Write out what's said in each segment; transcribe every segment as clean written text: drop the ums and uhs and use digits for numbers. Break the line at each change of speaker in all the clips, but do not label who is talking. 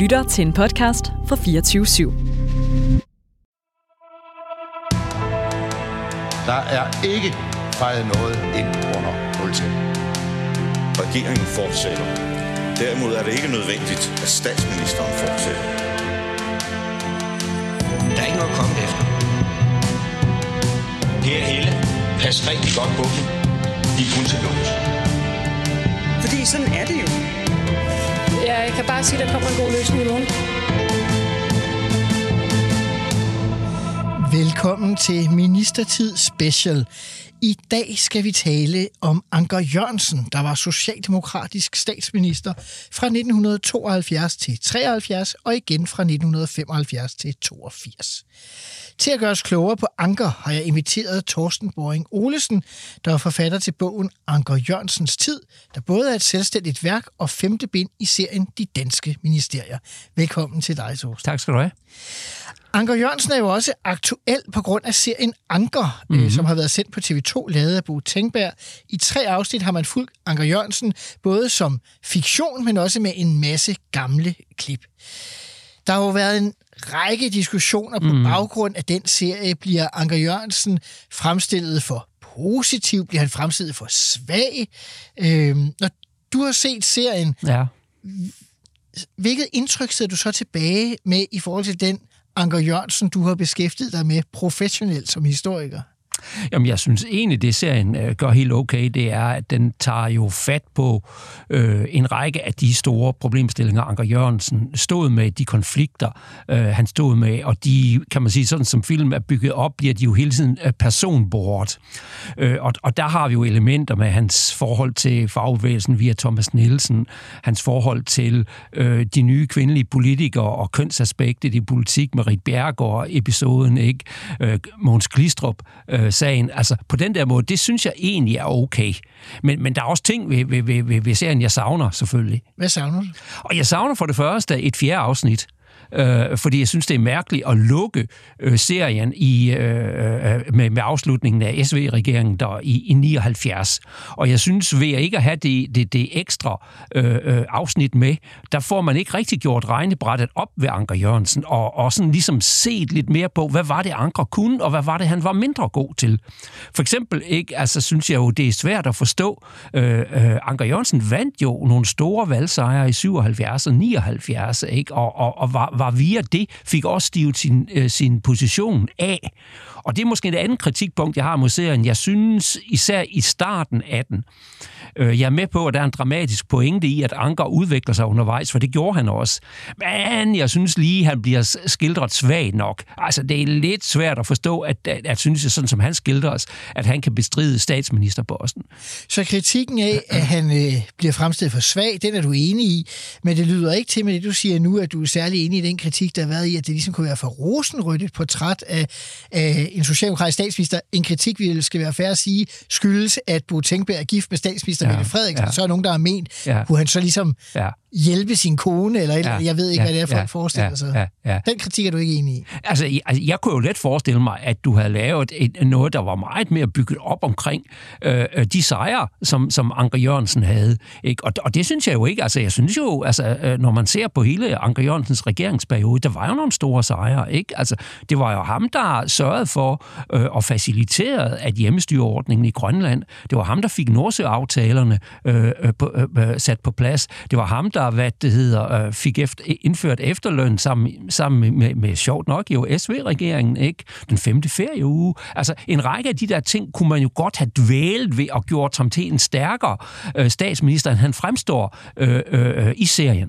lytter til en podcast fra 24/7.
Der er ikke fejret noget ind under politiet.
Regeringen fortsætter. Derimod er det ikke nødvendigt, at statsministeren fortsætter.
Der er ikke noget at komme efter. Per Helle, pas rigtig godt på dem. De er kun til lås.
Fordi sådan er det jo.
Jeg kan bare sige, at der kommer en god løsning i morgen.
Velkommen til Ministertid Special. I dag skal vi tale om Anker Jørgensen, der var socialdemokratisk statsminister fra 1972 til 73 og igen fra 1975 til 82. Til at gøre os klogere på Anker har jeg inviteret Torsten Boring Olesen, der er forfatter til bogen Anker Jørgensens tid, der både er et selvstændigt værk og 5. bind i serien De Danske Ministerier. Velkommen til dig, Torsten.
Tak skal du have.
Anker Jørgensen er jo også aktuel på grund af serien Anker, som har været sendt på TV2, lavet af Bo Tengberg. I 3 afsnit har man fulgt Anker Jørgensen, både som fiktion, men også med en masse gamle klip. Der har jo været en række diskussioner på baggrund af den serie. Bliver Anker Jørgensen fremstillet for positiv? Bliver han fremstillet for svag? Når du har set serien, hvilket indtryk sidder du så tilbage med i forhold til den Anker Jørgensen, du har beskæftiget dig med professionelt som historiker?
Jamen, jeg synes egentlig, det serien gør helt okay, det er, at den tager jo fat på en række af de store problemstillinger, Anker Jørgensen stod med, de konflikter, han stod med, og de, kan man sige, sådan som film er bygget op, bliver de jo hele tiden personbåret. Og der har vi jo elementer med hans forhold til fagbevægelsen via Thomas Nielsen, hans forhold til de nye kvindelige politikere og kønsaspektet i politik med Ritt Bjerregaard, episoden, ikke? Mogens Glistrup, sagen. Altså, på den der måde, det synes jeg egentlig er okay. Men der er også ting ved serien, jeg savner, selvfølgelig.
Hvad savner du?
Og jeg savner for det første et 4. afsnit. Fordi jeg synes, det er mærkeligt at lukke serien med afslutningen af SV-regeringen der i 79. Og jeg synes, ved at ikke at have det ekstra afsnit med, der får man ikke rigtig gjort regnebrættet op ved Anker Jørgensen, og sådan ligesom set lidt mere på, hvad var det, Anker kunne, og hvad var det, han var mindre god til. For eksempel, ikke, altså, synes jeg jo, det er svært at forstå. Anker Jørgensen vandt jo nogle store valgsejre i 77 og 79, ikke? Og var via det, fik også stivet sin position af. Og det er måske et andet kritikpunkt, jeg har mod serien. Jeg synes, især i starten af den, jeg er med på, at der er en dramatisk pointe i, at Anker udvikler sig undervejs, for det gjorde han også. Men jeg synes lige, han bliver skildret svagt nok. Altså, det er lidt svært at forstå, at synes jeg, sådan som han skildres, at han kan bestride statsministerposten.
Så kritikken af, at han bliver fremstillet for svag, den er du enig i, men det lyder ikke til med det, du siger nu, at du er særlig enig i den kritik, der har været i, at det ligesom kunne være for rosenrødt et portræt af en socialdemokratisk statsminister. En kritik, vi skal være fair at sige, skyldes, at Bo Tengberg er gift med statsminister Mette Frederiksen. Så er nogen, der har ment, kunne han så ligesom hjælpe sin kone, eller jeg ved ikke, hvad det er, folk forestiller sig. Den kritik er du ikke enig i?
Altså, jeg kunne jo let forestille mig, at du havde lavet noget, der var meget mere bygget op omkring de sejre, som Anker Jørgensen havde. Ikke? Og det synes jeg jo ikke. Altså, jeg synes jo, altså, når man ser på hele Anker Jørgensens regeringsperiode, der var jo nogle store sejre. Ikke? Altså, det var jo ham, der sørgede for og faciliterede, at hjemmestyreordningen i Grønland, det var ham, der fik Nordsøaftalerne sat på plads. Det var ham, der fik indført efterløn sammen med sjovt nok jo SV-regeringen, ikke? Den 5. ferieuge. Altså, en række af de der ting kunne man jo godt have dvælet ved og gjort ham til en stærkere statsminister, end han fremstår i serien.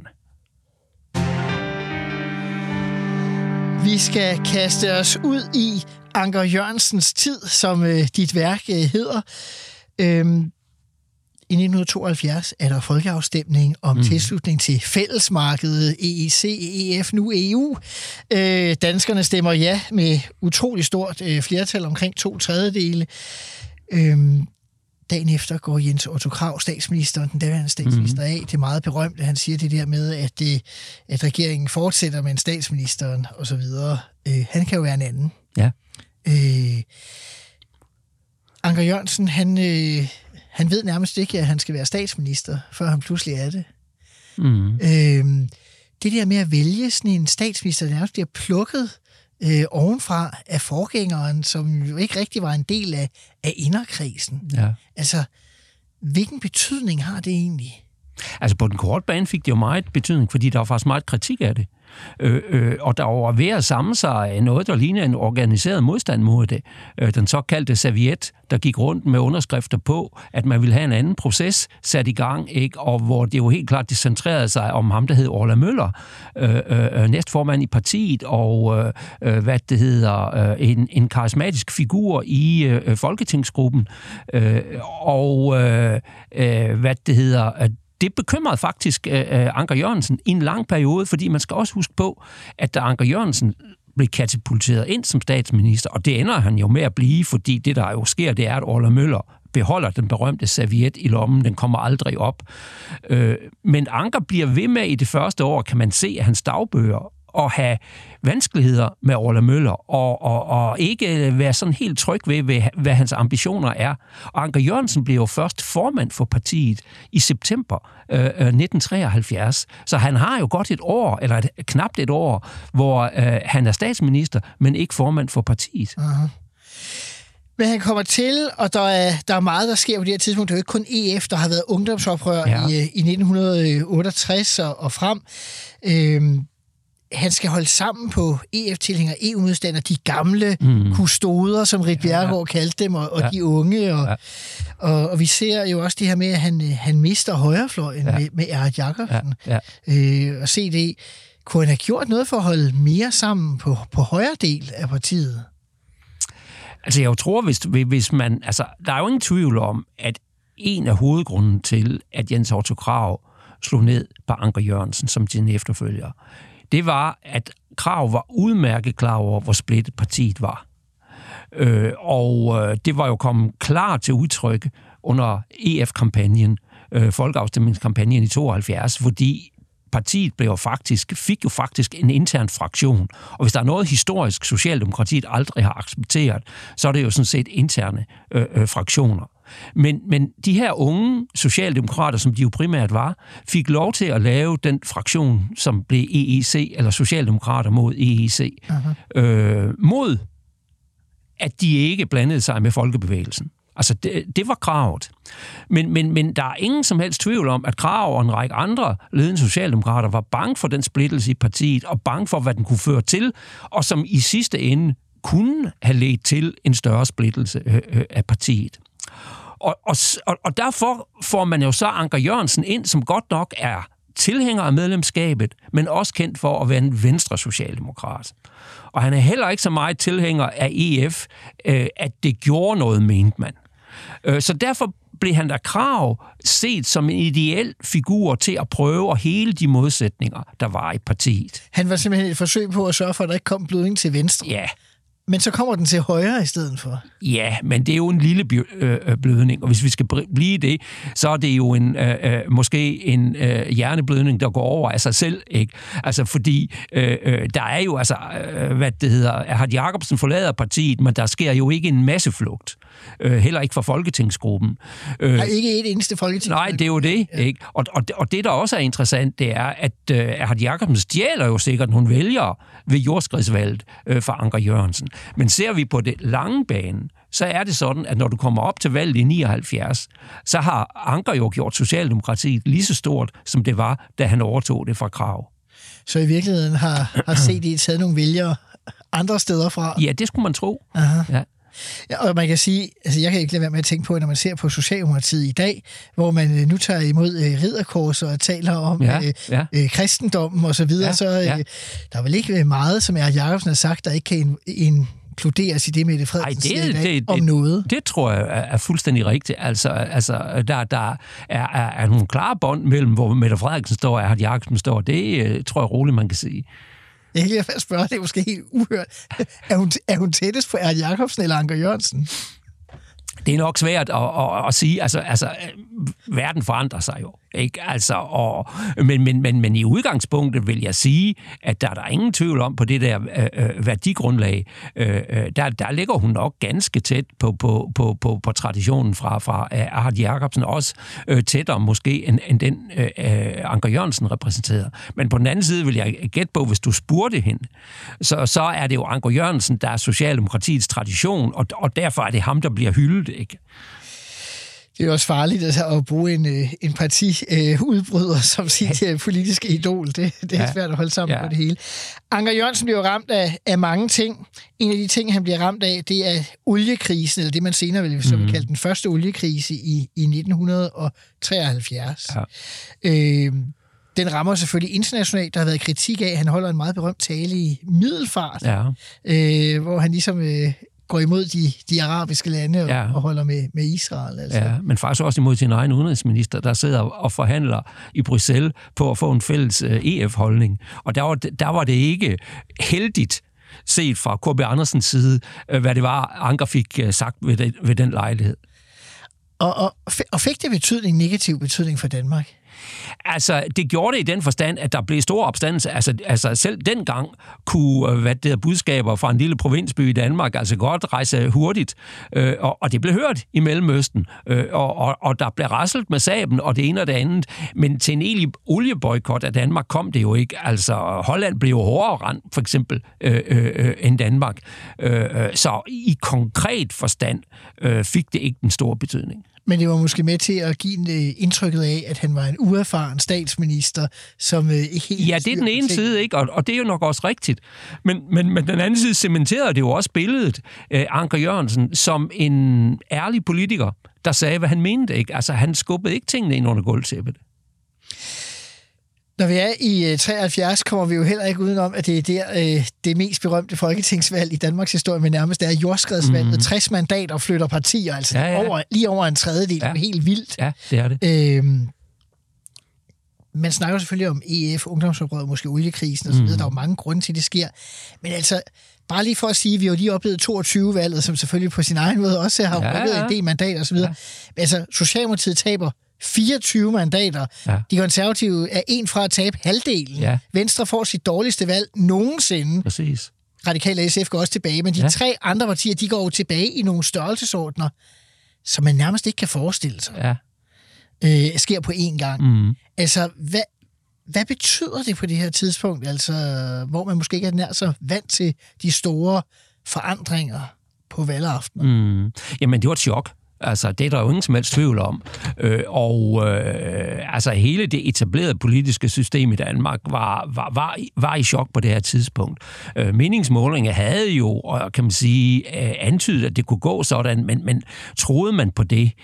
Vi skal kaste os ud i Anker Jørgensens tid, som dit værk hedder. I 1972 er der folkeafstemning om tilslutning til fællesmarkedet EEC, EF, nu EU. Danskerne stemmer ja med utrolig stort flertal, omkring 2/3. Dagen efter går Jens Otto Krag, statsministeren, den daværende statsminister, af. Det er meget berømt, at han siger det der med, at regeringen fortsætter med en statsministeren og så videre. Han kan jo være en anden.
Ja.
Anker Jørgensen, han ved nærmest ikke, at han skal være statsminister, før han pludselig er det. det der med at vælge sådan en statsminister, der nærmest bliver plukket ovenfra af forgængeren, som jo ikke rigtig var en del af inderkredsen.
Ja.
Altså, hvilken betydning har det egentlig?
Altså på den korte bane fik det jo meget betydning, fordi der var faktisk meget kritik af det. Og der var ved at samle sig noget, der ligner en organiseret modstand mod det. Den såkaldte serviet, der gik rundt med underskrifter på, at man ville have en anden proces sat i gang, ikke? Og hvor det jo helt klart centrerede sig om ham, der hed Orla Møller, næstformand i partiet, og en karismatisk figur i folketingsgruppen. Det bekymrede faktisk Anker Jørgensen i en lang periode, fordi man skal også huske på, at da Anker Jørgensen blev katapulteret ind som statsminister, og det ender han jo med at blive, fordi det, der jo sker, det er, at Orla Møller beholder den berømte serviet i lommen, den kommer aldrig op. Men Anker bliver ved med i det første år, kan man se af hans dagbøger, og have vanskeligheder med Orla Møller, og ikke være sådan helt tryg ved, hvad hans ambitioner er. Og Anker Jørgensen blev jo først formand for partiet i september 1973, så han har jo godt et år, eller knapt et år, hvor han er statsminister, men ikke formand for partiet.
Uh-huh. Men han kommer til, og der er meget, der sker på det her tidspunkt. Det er jo ikke kun EF, der har været ungdomsoprør i 1968 og frem. Han skal holde sammen på EF-tilhængere, EU-modstandere, de gamle kustoder, som Ritt Bjerregaard kaldte dem, og de unge. Og vi ser jo også det her med, at han mister højrefløjen med Erhard Jacobsen. Og se det, kunne han have gjort noget for at holde mere sammen på højre del af partiet?
Altså jeg tror, hvis man... Altså, der er jo ingen tvivl om, at en af hovedgrunden til, at Jens Otto Krag slog ned på Anker Jørgensen som sin efterfølger, det var, at Krag var udmærket klar over, hvor splittet partiet var. Og det var jo kommet klar til udtryk under EF-kampagnen, folkeafstemningskampagnen i 72, fordi partiet fik jo faktisk en intern fraktion. Og hvis der er noget historisk, Socialdemokratiet aldrig har accepteret, så er det jo sådan set interne fraktioner. Men de her unge socialdemokrater, som de jo primært var, fik lov til at lave den fraktion, som blev EEC, eller Socialdemokrater mod EEC, mod at de ikke blandede sig med folkebevægelsen. Altså, det var kravet. Men der er ingen som helst tvivl om, at Krag og en række andre ledende socialdemokrater var bange for den splittelse i partiet, og bange for, hvad den kunne føre til, og som i sidste ende kunne have ledt til en større splittelse af partiet. Og derfor får man jo så Anker Jørgensen ind, som godt nok er tilhænger af medlemskabet, men også kendt for at være en venstre socialdemokrat. Og han er heller ikke så meget tilhænger af EF, at det gjorde noget, mente man. Så derfor blev han da Krag set som en ideel figur til at prøve at hele de modsætninger, der var i partiet.
Han var simpelthen et forsøg på at sørge for, at der ikke kom blødning til venstre.
Ja.
Men så kommer den til højre i stedet for.
Ja, men det er jo en lille blødning, og hvis vi skal blive det, så er det jo måske en hjerneblødning, der går over af sig selv, ikke? Altså fordi der er jo Erhard Jacobsen forlader partiet, men der sker jo ikke en masseflugt. Heller ikke fra folketingsgruppen.
Der er ikke et eneste folketingsgruppe.
Nej, det er jo det, ikke? Og det, der også er interessant, det er, at Erhard Jacobsen stjæler jo sikkert nogle vælgere ved jordskredsvalget for Anker Jørgensen. Men ser vi på det lange bane, så er det sådan, at når du kommer op til valget i 79, så har Anker jo gjort Socialdemokratiet lige så stort, som det var, da han overtog det fra Krag.
Så i virkeligheden har CD taget nogle vælgere andre steder fra?
Ja, det skulle man tro.
Aha.
Ja.
Ja, og man kan sige, altså jeg kan ikke lade være med at tænke på, når man ser på Socialdemokratiet i dag, hvor man nu tager imod ridderkorset og taler om kristendommen og så videre, så der er vel ikke meget, som Erhard Jacobsen har sagt, der ikke kan inkluderes i det, Mette Frederiksen siger i dag om noget.
Det tror jeg er fuldstændig rigtigt. Altså der er nogle klare bånd mellem, hvor Mette Frederiksen står og Erhard Jacobsen står. Det tror jeg roligt, man kan sige.
Jeg kan lige spørge, det er måske helt uhørt. Er hun tættest på Erhard Jacobsen eller Anker Jørgensen?
Det er nok svært at sige. Altså, verden forandrer sig jo. Ikke? Altså, men i udgangspunktet vil jeg sige, at der er ingen tvivl om på det der værdigrundlag. Der ligger hun nok ganske tæt på traditionen fra Art Jacobsen, også tættere måske end den Anker Jørgensen repræsenterer. Men på den anden side vil jeg gætte på, hvis du spurgte hende, så er det jo Anker Jørgensen, der er Socialdemokratiets tradition, og derfor er det ham, der bliver hyldet, ikke?
Det er jo også farligt at bruge en partiudbryder som sit politiske idol. Det er svært at holde sammen på det hele. Anker Jørgensen bliver ramt af mange ting. En af de ting, han bliver ramt af, det er oliekrisen, eller det man senere vil kalde den første oliekrise i 1973. Ja. Den rammer selvfølgelig internationalt. Der har været kritik af, at han holder en meget berømt tale i Middelfart, hvor han ligesom går imod de arabiske lande og holder med Israel. Altså. Ja,
men faktisk også imod sin egen udenrigsminister, der sidder og forhandler i Bruxelles på at få en fælles EF-holdning. Og der var det ikke heldigt set fra K.B. Andersens side, hvad det var, Anker fik sagt ved den lejlighed.
Og fik det negativ betydning for Danmark?
Altså, det gjorde det i den forstand, at der blev stor opstandelse. Altså selv dengang kunne budskaber fra en lille provinsby i Danmark altså godt rejse hurtigt, og det blev hørt i Mellemøsten, og der blev raslet med sablen, og det ene og det andet. Men til en egentlig olieboykot af Danmark kom det jo ikke. Altså, Holland blev jo hårdere ramt, for eksempel, end Danmark. Så i konkret forstand fik det ikke den store betydning.
Men det var måske med til at give indtrykket af, at han var en uerfaren statsminister, som ikke helt...
Ja, det er den ene side, ikke? Og det er jo nok også rigtigt. Men den anden side cementerede det jo også billedet, Anker Jørgensen, som en ærlig politiker, der sagde, hvad han mente, ikke? Altså, han skubbede ikke tingene ind under gulvtæppet.
Når vi er i 73, kommer vi jo heller ikke udenom, at det er der det mest berømte folketingsvalg i Danmarks historie, men nærmest er jordskredsvalget. 60 mandater flytter partier, altså lige over en tredjedel. Det er helt vildt.
Ja, det er det.
Man snakker selvfølgelig om EF, ungdomsoprøret, måske oliekrisen og så videre. Der er jo mange grunde til, at det sker. Men altså, bare lige for at sige, at vi har lige oplevet 22-valget, som selvfølgelig på sin egen måde også har rykket en del mandater og så videre. Men altså, Socialdemokratiet taber 24 mandater. Ja. De konservative er en fra at tabe halvdelen. Ja. Venstre får sit dårligste valg nogensinde.
Præcis.
Radikale og SF går også tilbage, men de tre andre partier, de går jo tilbage i nogle størrelsesordner, som man nærmest ikke kan forestille sig. Ja. Sker på én gang. Altså, hvad betyder det på det her tidspunkt, altså, hvor man måske ikke er nær så vant til de store forandringer på valgaften?
Jamen, det var et chok. Altså, det er der jo ingen som helst tvivl om. Altså, hele det etablerede politiske system i Danmark var i chok på det her tidspunkt. Meningsmålinger havde jo, og kan man sige, antydet, at det kunne gå sådan, men troede man på det?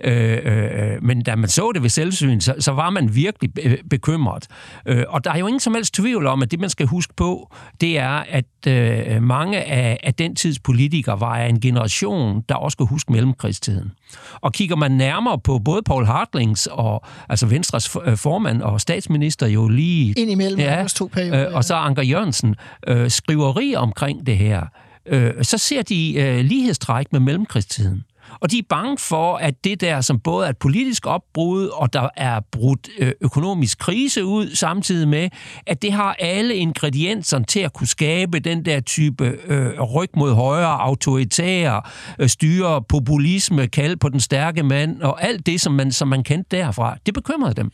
Men da man så det ved selvsyn, så var man virkelig bekymret. Og der er jo ingen som helst tvivl om, at det, man skal huske på, det er, at mange af den tids politikere var af en generation, der også skal huske mellemkrigstiden. Og kigger man nærmere på både Poul Hartlings og altså Venstres formand og statsminister jo lige...
Indimellem to perioder.
Og så Anker Jørgensen skriveri omkring det her, så ser de lighedstræk med mellemkrigstiden. Og de er bange for, at det der, som både er et politisk opbrud, og der er brudt økonomisk krise ud, samtidig med, at det har alle ingredienser til at kunne skabe den der type ryg mod højre, autoritære styre, populisme, kald på den stærke mand, og alt det, som man kendte derfra. Det bekymrede dem.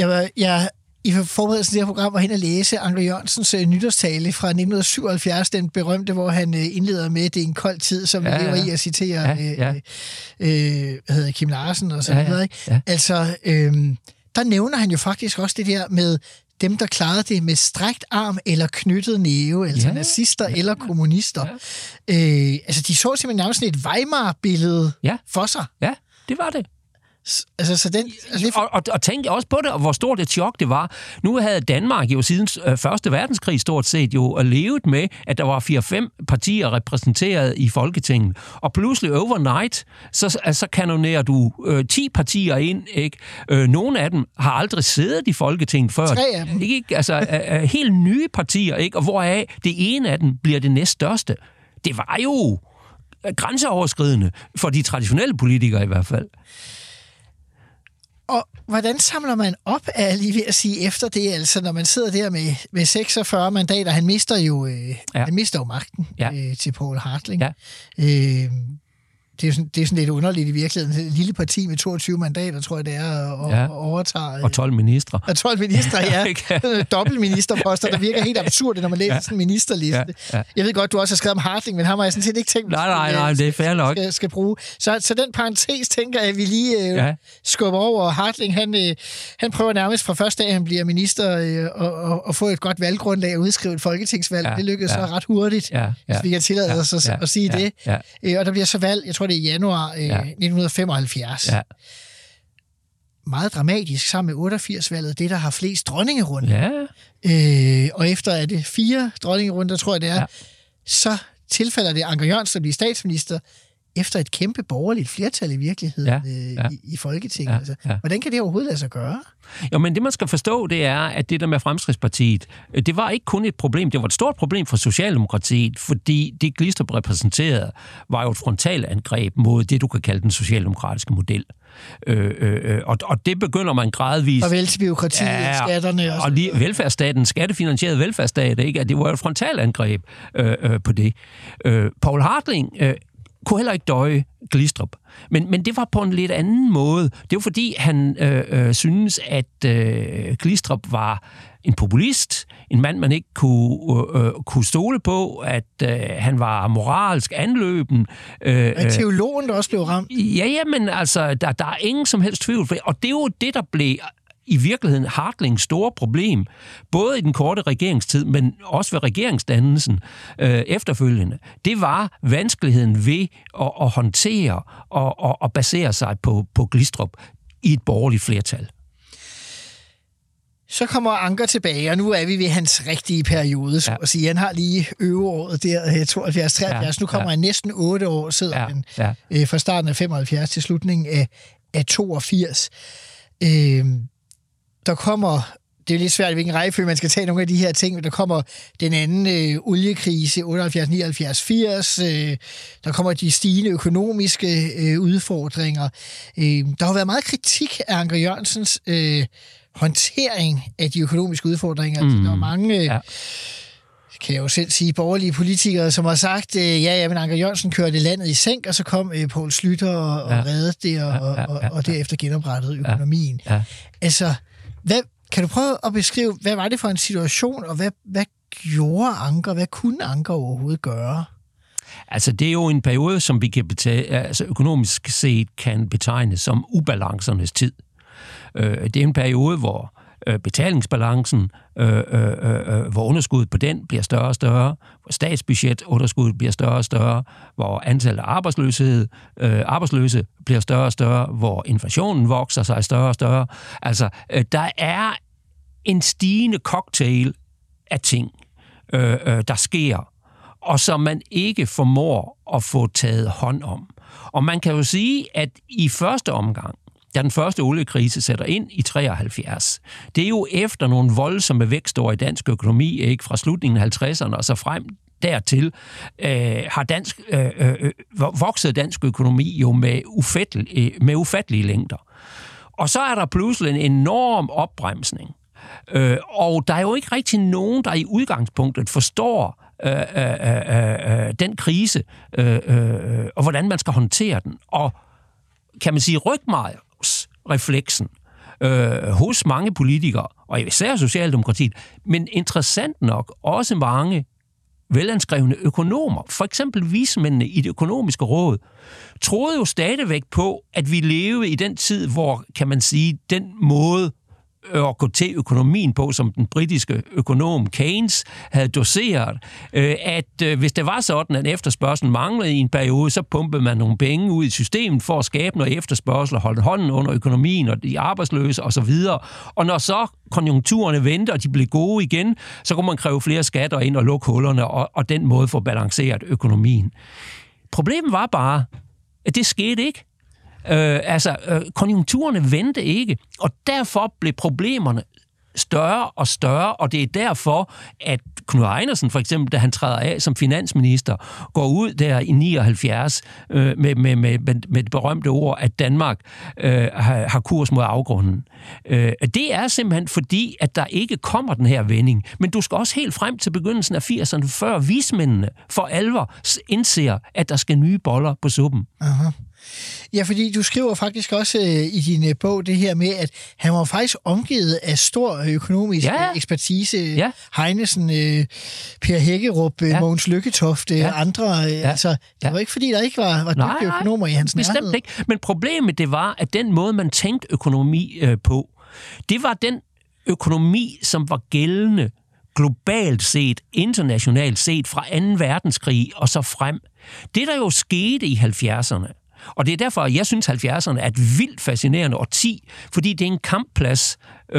I forberedelsen til det her program var hen at læse Anker Jørgensens nytårstale fra 1977, den berømte, hvor han indleder med, det er en kold tid, som vi lever i at citere Kim Larsen og så videre. Ikke? Ja. Altså, der nævner han jo faktisk også det der med dem, der klarede det med strækt arm eller knyttet næve, altså nazister eller kommunister. Altså, de så simpelthen nærmest et Weimar-billede for sig.
Ja, det var det.
Altså, så den,
og tænk også på det, og hvor stort et chok det var. Nu havde Danmark jo siden Første Verdenskrig stort set jo levet med, at der var 4-5 partier repræsenteret i Folketinget. Og pludselig overnight, så kanonerer du 10 partier ind, ikke? Nogle af dem har aldrig siddet i Folketinget før.
3 af dem.
Ikke? Altså, helt nye partier, ikke? Og hvoraf det ene af dem bliver det næststørste. Det var jo grænseoverskridende for de traditionelle politikere i hvert fald.
Og hvordan samler man op, er jeg lige ved at sige, efter det, altså når man sidder der med 46 mandater, han mister jo magten til Poul Hartling. Ja. Det er sådan lidt underligt i virkeligheden. Et lille parti med 22 mandater, tror jeg det er, og overtager...
Og 12 ministre.
Og 12 ministre, ja. Dobbeltministerposter, der virker helt absurd, når man læser sådan en ministerliste. Ja. Jeg ved godt, du også har skrevet om Hartling, men ham har jeg sådan set ikke tænkt...
Nej, det er fair nok.
Skal bruge. Så den parentes, tænker jeg, at vi lige skubber over. Hartling, han prøver nærmest fra første dag, han bliver minister, at få et godt valggrundlag og udskrive et folketingsvalg. Det lykkedes så ret hurtigt, hvis vi kan tillade os at sige det. Og der bliver så valg, jeg tror, det er i januar 1975. Ja. Meget dramatisk, sammen med 88-valget, det, der har flest dronningerunder. Ja. Og efter er det 4 dronningerunder, tror jeg det er, så tilfælder det Anker Jørgensen at blive statsminister efter et kæmpe borgerligt flertal i virkeligheden i Folketinget. Ja. Altså, hvordan kan det overhovedet lade sig gøre?
Jo, men det man skal forstå, det er, at det der med Fremskridtspartiet, det var ikke kun et problem, det var et stort problem for Socialdemokratiet, fordi det Glistrup repræsenterede, var jo et frontalangreb mod det, du kan kalde den socialdemokratiske model. Og det begynder man gradvist...
Farvel til byråkratiet, skatterne...
Og lige velfærdsstaten, skattefinansieret velfærdsstat, ikke? At det var et frontalangreb på det. Poul Hartling... kunne heller ikke døje Glistrup. Men det var på en lidt anden måde. Det var fordi, han synes, at Glistrup var en populist, en mand, man ikke kunne stole på, at han var moralsk anløben.
Teologen, der også blev ramt.
Ja, men altså, der er ingen som helst tvivl. Og det er jo det, der blev i virkeligheden Hartlings store problem, både i den korte regeringstid, men også ved regeringsdannelsen efterfølgende. Det var vanskeligheden ved at håndtere og basere sig på Glistrup i et borgerligt flertal.
Så kommer Anker tilbage, og nu er vi ved hans rigtige periode, så at sige. Han har lige øveåret der, 72-73. Nu kommer han næsten 8 år, sidder han fra starten af 75 til slutningen af 82. Der kommer, det er lidt svært, hvilken rækkefølge man skal tage nogle af de her ting, der kommer den anden oliekrise, 78, 79, 80, der kommer de stigende økonomiske udfordringer. Der har været meget kritik af Anker Jørgensens håndtering af de økonomiske udfordringer. Der var mange... kan jeg jo selv sige, borgerlige politikere, som har sagt, men Anker Jørgensen kørte landet i sænk, og så kom Poul Schlüter og reddede det, og derefter genoprettede økonomien. Ja. Altså, kan du prøve at beskrive, hvad var det for en situation, og hvad gjorde Anker? Hvad kunne Anker overhovedet gøre?
Altså, det er jo en periode, som vi kan økonomisk set kan betegne som ubalancernes tid. Det er en periode, hvor betalingsbalancen, hvor underskuddet på den bliver større og større, hvor statsbudgetunderskuddet bliver større og større, hvor antallet af arbejdsløse bliver større og større, hvor inflationen vokser sig større og større. Altså, der er en stigende cocktail af ting, der sker, og som man ikke formår at få taget hånd om. Og man kan jo sige, at i første omgang, da den første oliekrise sætter ind i 73. Det er jo efter nogle voldsomme vækstår i dansk økonomi, ikke, fra slutningen af 50'erne og så frem dertil, har vokset dansk økonomi jo med ufattelige længder. Og så er der pludselig en enorm opbremsning. Og der er jo ikke rigtig nogen, der i udgangspunktet forstår den krise, og hvordan man skal håndtere den. Og kan man sige rygmarvsrefleksen hos mange politikere, og især Socialdemokratiet, men interessant nok også mange velanskrevne økonomer, for eksempel vismændene i det økonomiske råd, troede jo stadigvæk på, at vi levede i den tid, hvor, kan man sige, den måde at gå til økonomien på, som den britiske økonom Keynes havde doseret, at hvis det var sådan, at efterspørgselen manglede i en periode, så pumpede man nogle penge ud i systemet for at skabe noget efterspørgsel og holde hånden under økonomien og de arbejdsløse osv. Og når så konjunkturerne vendte, og de blev gode igen, så kunne man kræve flere skatter ind og lukke hullerne, og den måde få balanceret økonomien. Problemet var bare, at det skete ikke. Konjunkturerne vendte ikke, og derfor blev problemerne større og større, og det er derfor, at Knud Einersen for eksempel, da han træder af som finansminister, går ud der i 79 med det berømte ord, at Danmark har kurs mod afgrunden. Det er simpelthen fordi, at der ikke kommer den her vending. Men du skal også helt frem til begyndelsen af 80'erne, før vismændene for alvor indser, at der skal nye boller på suppen.
Aha. Ja, fordi du skriver faktisk også i din bog det her med, at han var faktisk omgivet af stor økonomisk ekspertise. Ja. Heinesen, Per Hækkerup, Mogens Lykketoft, andre. Altså, det var ikke fordi, der ikke var dygtige økonomer i hans nærhed.
Bestemt ikke. Men problemet det var, at den måde, man tænkte økonomi på, det var den økonomi, som var gældende globalt set, internationalt set, fra 2. verdenskrig og så frem. Det, der jo skete i 70'erne, og det er derfor, jeg synes, 70'erne er et vildt fascinerende årti, fordi det er en kampplads.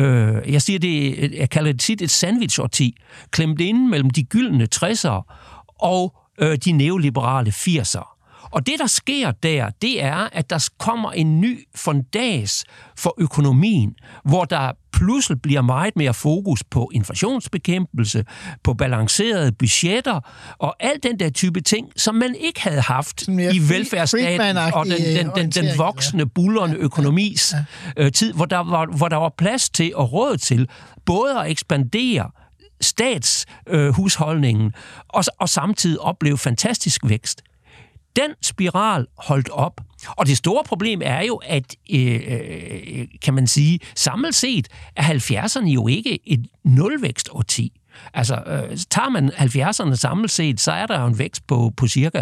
Jeg kalder det tit et sandwich-årti, klemt inde mellem de gyldne 60'ere og de neoliberale 80'ere. Og det, der sker der, det er, at der kommer en ny fundas for økonomien, hvor der pludselig bliver meget mere fokus på inflationsbekæmpelse, på balancerede budgetter og alt den der type ting, som man ikke havde haft i velfærdsstaten og den voksende, buldrende økonomis tid, hvor der var plads til og råd til både at ekspandere statshusholdningen og samtidig opleve fantastisk vækst. Den spiral holdt op. Og det store problem er jo, at, kan man sige, samlet set er 70'erne jo ikke et nulvækstårti. Altså, tager man 70'erne samlet set, så er der jo en vækst på cirka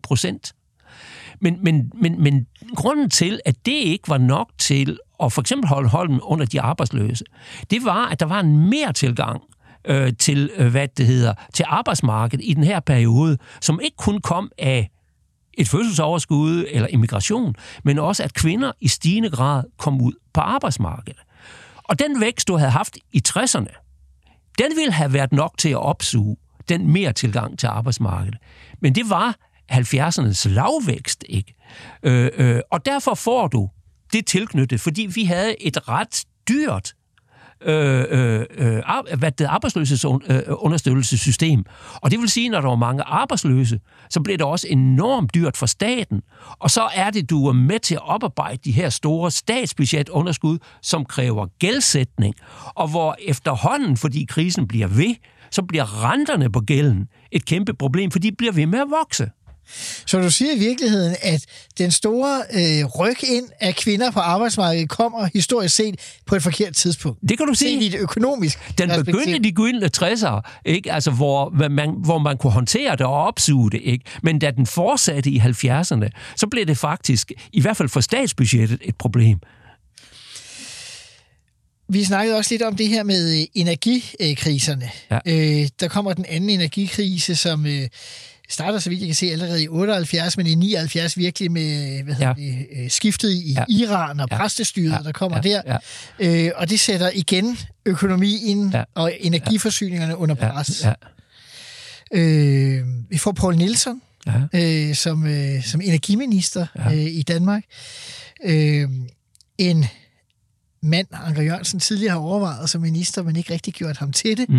2%. Men grunden til, at det ikke var nok til at for eksempel holde hånden under de arbejdsløse, det var, at der var en mere tilgang til, til arbejdsmarkedet i den her periode, som ikke kun kom af et fødselsoverskud eller immigration, men også at kvinder i stigende grad kom ud på arbejdsmarkedet. Og den vækst, du havde haft i 60'erne, den ville have været nok til at opsuge den mere tilgang til arbejdsmarkedet. Men det var 70'ernes lavvækst, ikke? Og derfor får du det tilknyttet, fordi vi havde et ret dyrt arbejdsløshedsunderstøttelsessystem. Og det vil sige, når der var mange arbejdsløse, så blev det også enormt dyrt for staten. Og så er det, du er med til at oparbejde de her store statsbudgetunderskud, som kræver gældsætning, og hvor efterhånden, fordi krisen bliver ved, så bliver renterne på gælden et kæmpe problem, for de bliver ved med at vokse.
Så du siger i virkeligheden, at den store ryk ind af kvinder på arbejdsmarkedet kommer historisk set på et forkert tidspunkt.
Det kan du sige.
I et økonomisk
den begyndte de gyldne 60'ere, ikke? Altså, hvor man kunne håndtere det og opsuge det, ikke? Men da den fortsatte i 70'erne, så blev det faktisk, i hvert fald for statsbudgettet, et problem.
Vi snakkede også lidt om det her med energikriserne. Ja. Der kommer den anden energikrise, som starter, så vidt jeg kan se, allerede i 78, men i 79 virkelig med skiftet i Iran og præstestyret, der kommer der. Ja. Og det sætter igen økonomien og energiforsyningerne under pres. Vi får Poul Nielsen som energiminister i Danmark. En mand, Anker Jørgensen, tidligere har overvejet som minister, men ikke rigtig gjort ham til det.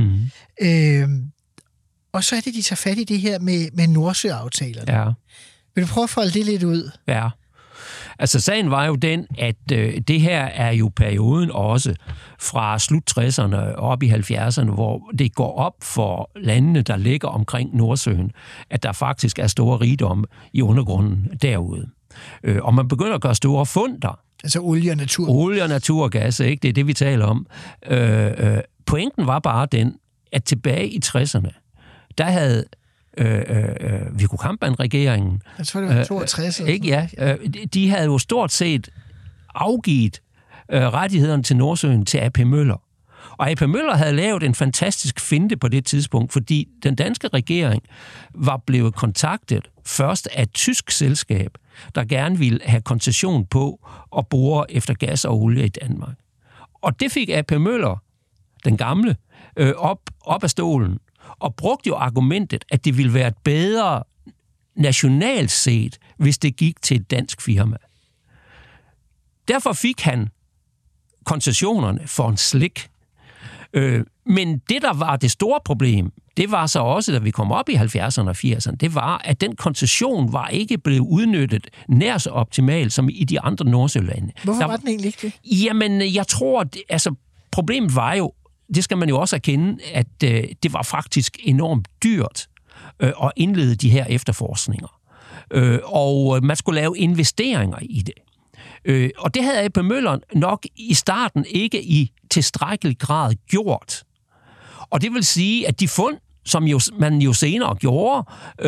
Og så er det, de tager fat i det her med Nordsø-aftalerne. Ja. Vil du prøve at folde det lidt ud?
Ja. Altså, sagen var jo den, at det her er jo perioden også fra slut 60'erne op i 70'erne, hvor det går op for landene, der ligger omkring Nordsøen, at der faktisk er store rigdomme i undergrunden derude. Og man begynder at gøre store funder.
Altså olie og naturgas.
Olie og naturgas, ikke? Det er det, vi taler om. Pointen var bare den, at tilbage i 60'erne, der havde Viggo Kampmann-regeringen...
Jeg tror, det var 62.
De havde jo stort set afgivet rettighederne til Nordsøen til A.P. Møller. Og A.P. Møller havde lavet en fantastisk finte på det tidspunkt, fordi den danske regering var blevet kontaktet først af et tysk selskab, der gerne ville have koncession på at bore efter gas og olie i Danmark. Og det fik A.P. Møller, den gamle, op af stolen, og brugte jo argumentet, at det ville være et bedre nationalt set, hvis det gik til et dansk firma. Derfor fik han koncessionerne for en slik. Men det, der var det store problem, det var så også, da vi kom op i 70'erne og 80'erne, det var, at den koncession var ikke blevet udnyttet nær så optimalt som i de andre Nordsjælande.
Hvorfor var den egentlig ikke det?
Jamen, jeg tror, problemet var jo, det skal man jo også erkende, at det var faktisk enormt dyrt at indlede de her efterforskninger. Og man skulle lave investeringer i det. Og det havde A.P. Møller nok i starten ikke i tilstrækkelig grad gjort. Og det vil sige, at de fund, som man jo senere gjorde,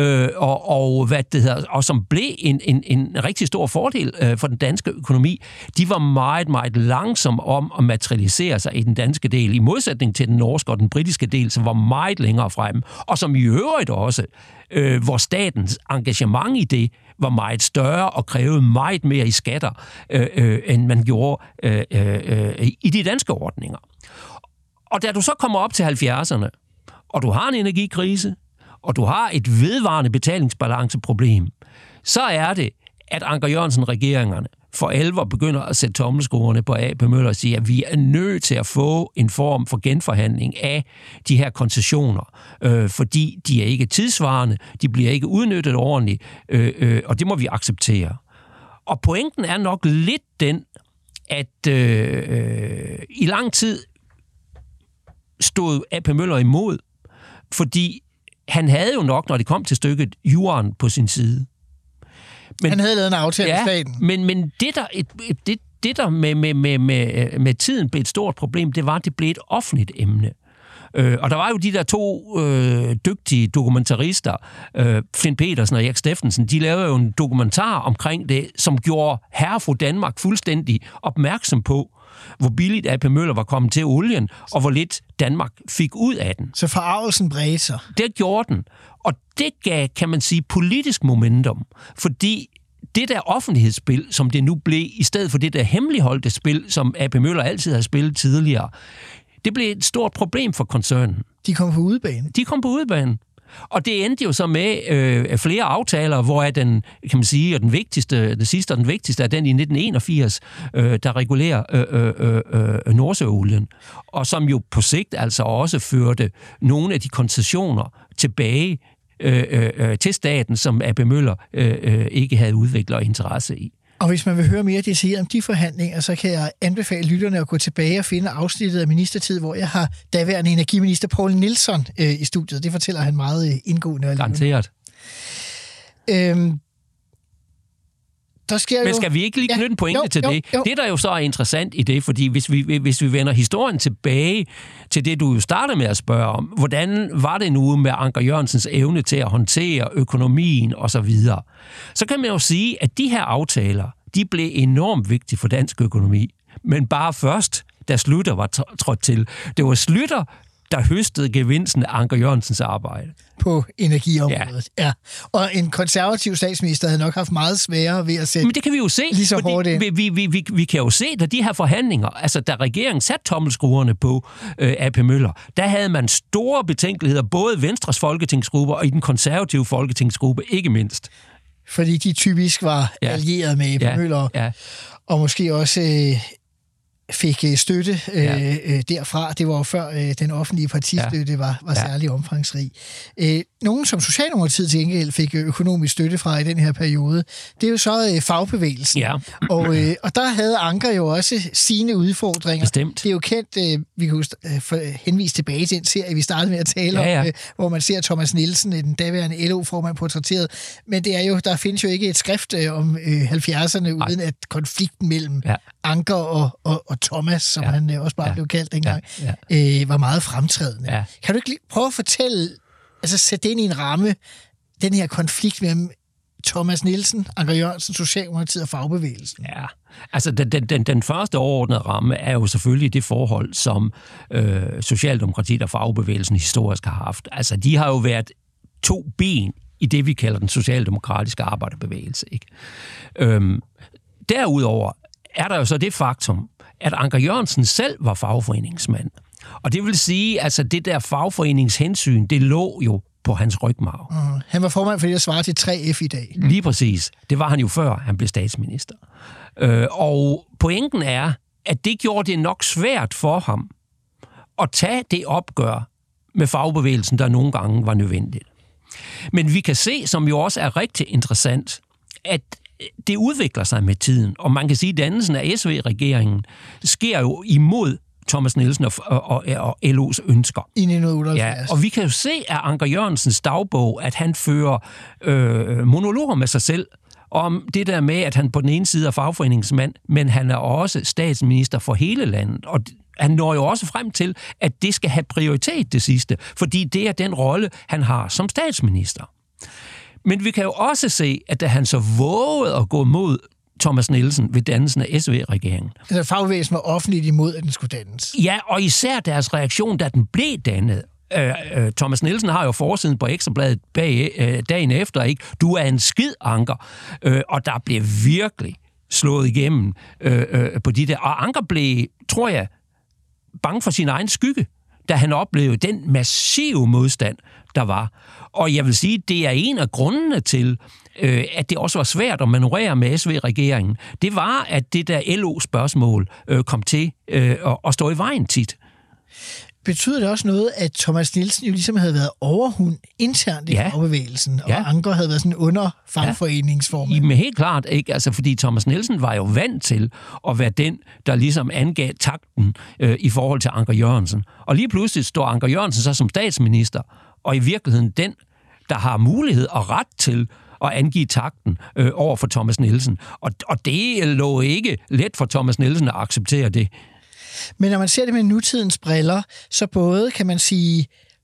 og som blev en rigtig stor fordel for den danske økonomi, de var meget, meget langsomme om at materialisere sig i den danske del, i modsætning til den norske og den britiske del, som var meget længere fremme, og som i øvrigt også, hvor statens engagement i det var meget større og krævede meget mere i skatter, end man gjorde i de danske ordninger. Og da du så kommer op til 70'erne, og du har en energikrise, og du har et vedvarende betalingsbalanceproblem, så er det, at Anker Jørgensen-regeringerne for alvor begynder at sætte tommelskruerne på A.P. Møller og sige, at vi er nødt til at få en form for genforhandling af de her koncessioner, fordi de er ikke tidsvarende, de bliver ikke udnyttet ordentligt, og det må vi acceptere. Og pointen er nok lidt den, at i lang tid stod A.P. Møller imod, fordi han havde jo nok, når det kom til stykket, juraen på sin side. Men, han
havde lavet en aftale med staten.
Men det der med tiden blev et stort problem, det var, at det blev et offentligt emne. Og der var jo de der to dygtige dokumentarister, Finn Petersen og Erik Steffensen, de lavede jo en dokumentar omkring det, som gjorde herre og fru Danmark fuldstændig opmærksom på, hvor billigt A.P. Møller var kommet til olien, og hvor lidt Danmark fik ud af den.
Så forarvelsen bredte sig.
Det gjorde den. Og det gav, kan man sige, politisk momentum, fordi det der offentlighedsspil, som det nu blev, i stedet for det der hemmeligholdte spil, som A.P. Møller altid havde spillet tidligere, det blev et stort problem for koncernen.
De kom på udebane. Og det endte jo så med flere aftaler, hvor er den, kan man sige, og den vigtigste er den i 1981, der regulerer Nordsøolien, og som jo på sigt altså også førte nogle af de koncessioner tilbage til staten, som A.P. Møller ikke havde udviklet og interesse i. Og hvis man vil høre mere detaljeret om de forhandlinger, så kan jeg anbefale lytterne at gå tilbage og finde afsnittet af Ministertid, hvor jeg har daværende energiminister Poul Nielsen i studiet. Det fortæller han meget indgående.
Garanteret.
Men
skal vi ikke lige knytte en pointe til det? Jo. Det, der jo så er interessant i det, fordi hvis vi vender historien tilbage til det, du jo startede med at spørge om, hvordan var det nu med Anker Jørgensens evne til at håndtere økonomien osv., så kan man jo sige, at de her aftaler, de blev enormt vigtige for dansk økonomi, men bare først, da Schlüter var trådt til. Det var Schlüter, der høstede gevinsten af Anker Jørgensens arbejde.
På energiområdet, ja. Og en konservativ statsminister havde nok haft meget sværere ved at sætte.
Men det kan vi jo se, vi kan jo se, at de her forhandlinger, altså da regeringen satte tommelskruerne på A.P. Møller, der havde man store betænkeligheder, både Venstres folketingsgruppe og i den konservative folketingsgruppe, ikke mindst.
Fordi de typisk var allieret med A.P. Møller, og måske også fik støtte derfra. Det var jo før den offentlige partistøtte var særlig omfangsrig. Nogen, som Socialdemokratiet til gengæld fik økonomisk støtte fra i den her periode, det er jo så fagbevægelsen. Ja. Og der havde Anker jo også sine udfordringer.
Bestemt.
Det er jo kendt, vi kan henvise tilbage til den serie, vi startede med at tale om, hvor man ser Thomas Nielsen, den daværende LO-formand, portrætteret. Men det er jo, der findes jo ikke et skrift om 70'erne, uden at konflikten mellem Anker og Thomas, som han også bare blev kaldt dengang, var meget fremtrædende. Ja. Kan du ikke lige prøve at fortælle, altså sætte det ind i en ramme, den her konflikt mellem Thomas Nielsen, Anker Jørgensen, Socialdemokratiet og fagbevægelsen?
Ja, altså den første overordnede ramme er jo selvfølgelig det forhold, som Socialdemokratiet og fagbevægelsen historisk har haft. Altså de har jo været to ben i det, vi kalder den socialdemokratiske arbejderbevægelse. Ikke? Derudover er der jo så det faktum, at Anker Jørgensen selv var fagforeningsmand. Og det vil sige, altså det der fagforeningshensyn, det lå jo på hans rygmarv.
Han var formand for det, der svarer til 3F i dag.
Lige præcis. Det var han jo før, han blev statsminister. Og pointen er, at det gjorde det nok svært for ham at tage det opgør med fagbevægelsen, der nogle gange var nødvendigt. Men vi kan se, som jo også er rigtig interessant, at det udvikler sig med tiden. Og man kan sige, at dannelsen af SV-regeringen sker jo imod Thomas Nielsen og LO's ønsker.
I 1978.
Ja, og vi kan jo se af Anker Jørgensens dagbog, at han fører monologer med sig selv om det der med, at han på den ene side er fagforeningsmand, men han er også statsminister for hele landet. Og han når jo også frem til, at det skal have prioritet det sidste, fordi det er den rolle, han har som statsminister. Men vi kan jo også se, at da han så vågede at gå mod Thomas Nielsen ved dannelsen af SV-regeringen.
Altså fagbevægelsen var offentligt imod, at den skulle dannes.
Ja, og især deres reaktion, da den blev dannet. Thomas Nielsen har jo forsiden på Ekstrabladet dagen efter, ikke? Du er en skid, Anker. Og der blev virkelig slået igennem på de der. Og Anker blev, tror jeg, bange for sin egen skygge, da han oplevede den massive modstand, der var. Og jeg vil sige, det er en af grundene til, at det også var svært at manøvrere med SV-regeringen. Det var, at det der LO-spørgsmål kom til at stå i vejen tit.
Betyder det også noget, at Thomas Nielsen jo ligesom havde været overhund internt i fagbevægelsen, og Anker havde været sådan under fagforeningsformand?
Jamen helt klart, ikke? Altså, fordi Thomas Nielsen var jo vant til at være den, der ligesom angav takten i forhold til Anker Jørgensen. Og lige pludselig står Anker Jørgensen så som statsminister, og i virkeligheden den, der har mulighed og ret til at angive takten over for Thomas Nielsen. Og det lå ikke let for Thomas Nielsen at acceptere det.
Men når man ser det med nutidens briller, så både kan man sige,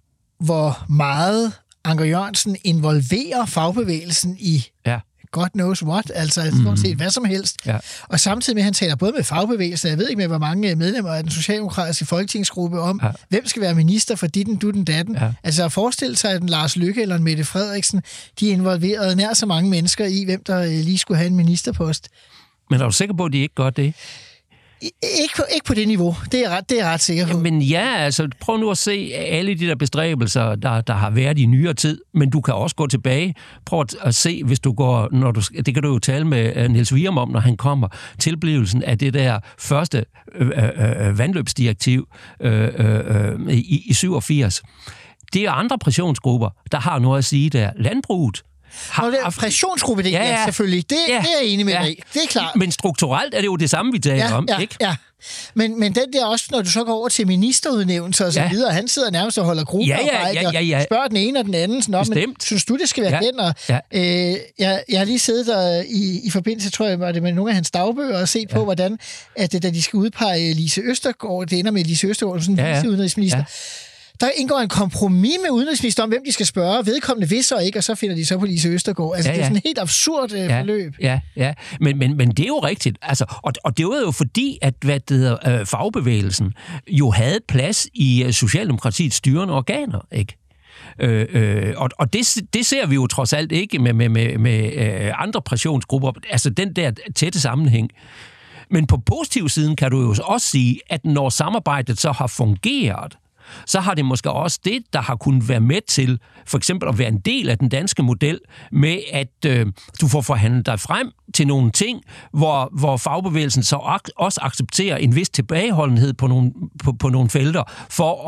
hvor meget Anker Jørgensen involverer fagbevægelsen i God knows what, altså stort set hvad som helst. Ja. Og samtidig med, at han taler både med fagbevægelsen, jeg ved ikke med, hvor mange medlemmer af den socialdemokratiske folketingsgruppe om, hvem skal være minister for ditten, dutten, datten. Ja. Altså at forestille sig, at en Lars Løkke eller en Mette Frederiksen, de involverede nær så mange mennesker i, hvem der lige skulle have en ministerpost.
Men er du sikker på, at de ikke gør det?
Ikke på det niveau. Det er jeg ret sikker på.
Men ja, altså prøv nu at se alle de der bestræbelser, der har været i nyere tid, men du kan også gå tilbage. Prøv at se, hvis du går, det kan du jo tale med Niels Wium om, når han kommer, tilblivelsen af det der første vandløbsdirektiv i 87. Det er andre pressionsgrupper, der har noget at sige der. Landbruget.
Pressionsgruppe, det er selvfølgelig. Det er jeg enig med dig. Det er klart.
Men strukturelt er det jo det samme, vi taler om, ikke?
Ja. Men den der også, når du så går over til ministerudnævnelser og så videre, han sidder nærmest og holder gruppearbejde og spørger den ene og den anden, sådan, men synes du, det skal være den? Og, jeg har lige siddet der i forbindelse, tror jeg, var det med nogle af hans dagbøger og set på, hvordan, at da de skal udpege Lise Østergaard, det ender med Lise Østergaard, sådan en viceudenrigsminister, der indgår en kompromis med udenrigsminister om, hvem de skal spørge. Vedkommende vil så ikke, og så finder de så på Lise Østergaard. Altså, det er sådan et helt absurd forløb.
Ja. Men det er jo rigtigt. Altså, og det var jo fordi, at fagbevægelsen jo havde plads i Socialdemokratiets styrende organer, ikke? Og det ser vi jo trods alt ikke med andre pressionsgrupper. Altså den der tætte sammenhæng. Men på positiv siden kan du jo også sige, at når samarbejdet så har fungeret, så har det måske også det, der har kunnet være med til, for eksempel at være en del af den danske model, med at du får forhandlet dig frem til nogle ting, hvor fagbevægelsen så også accepterer en vis tilbageholdenhed på nogle felter, for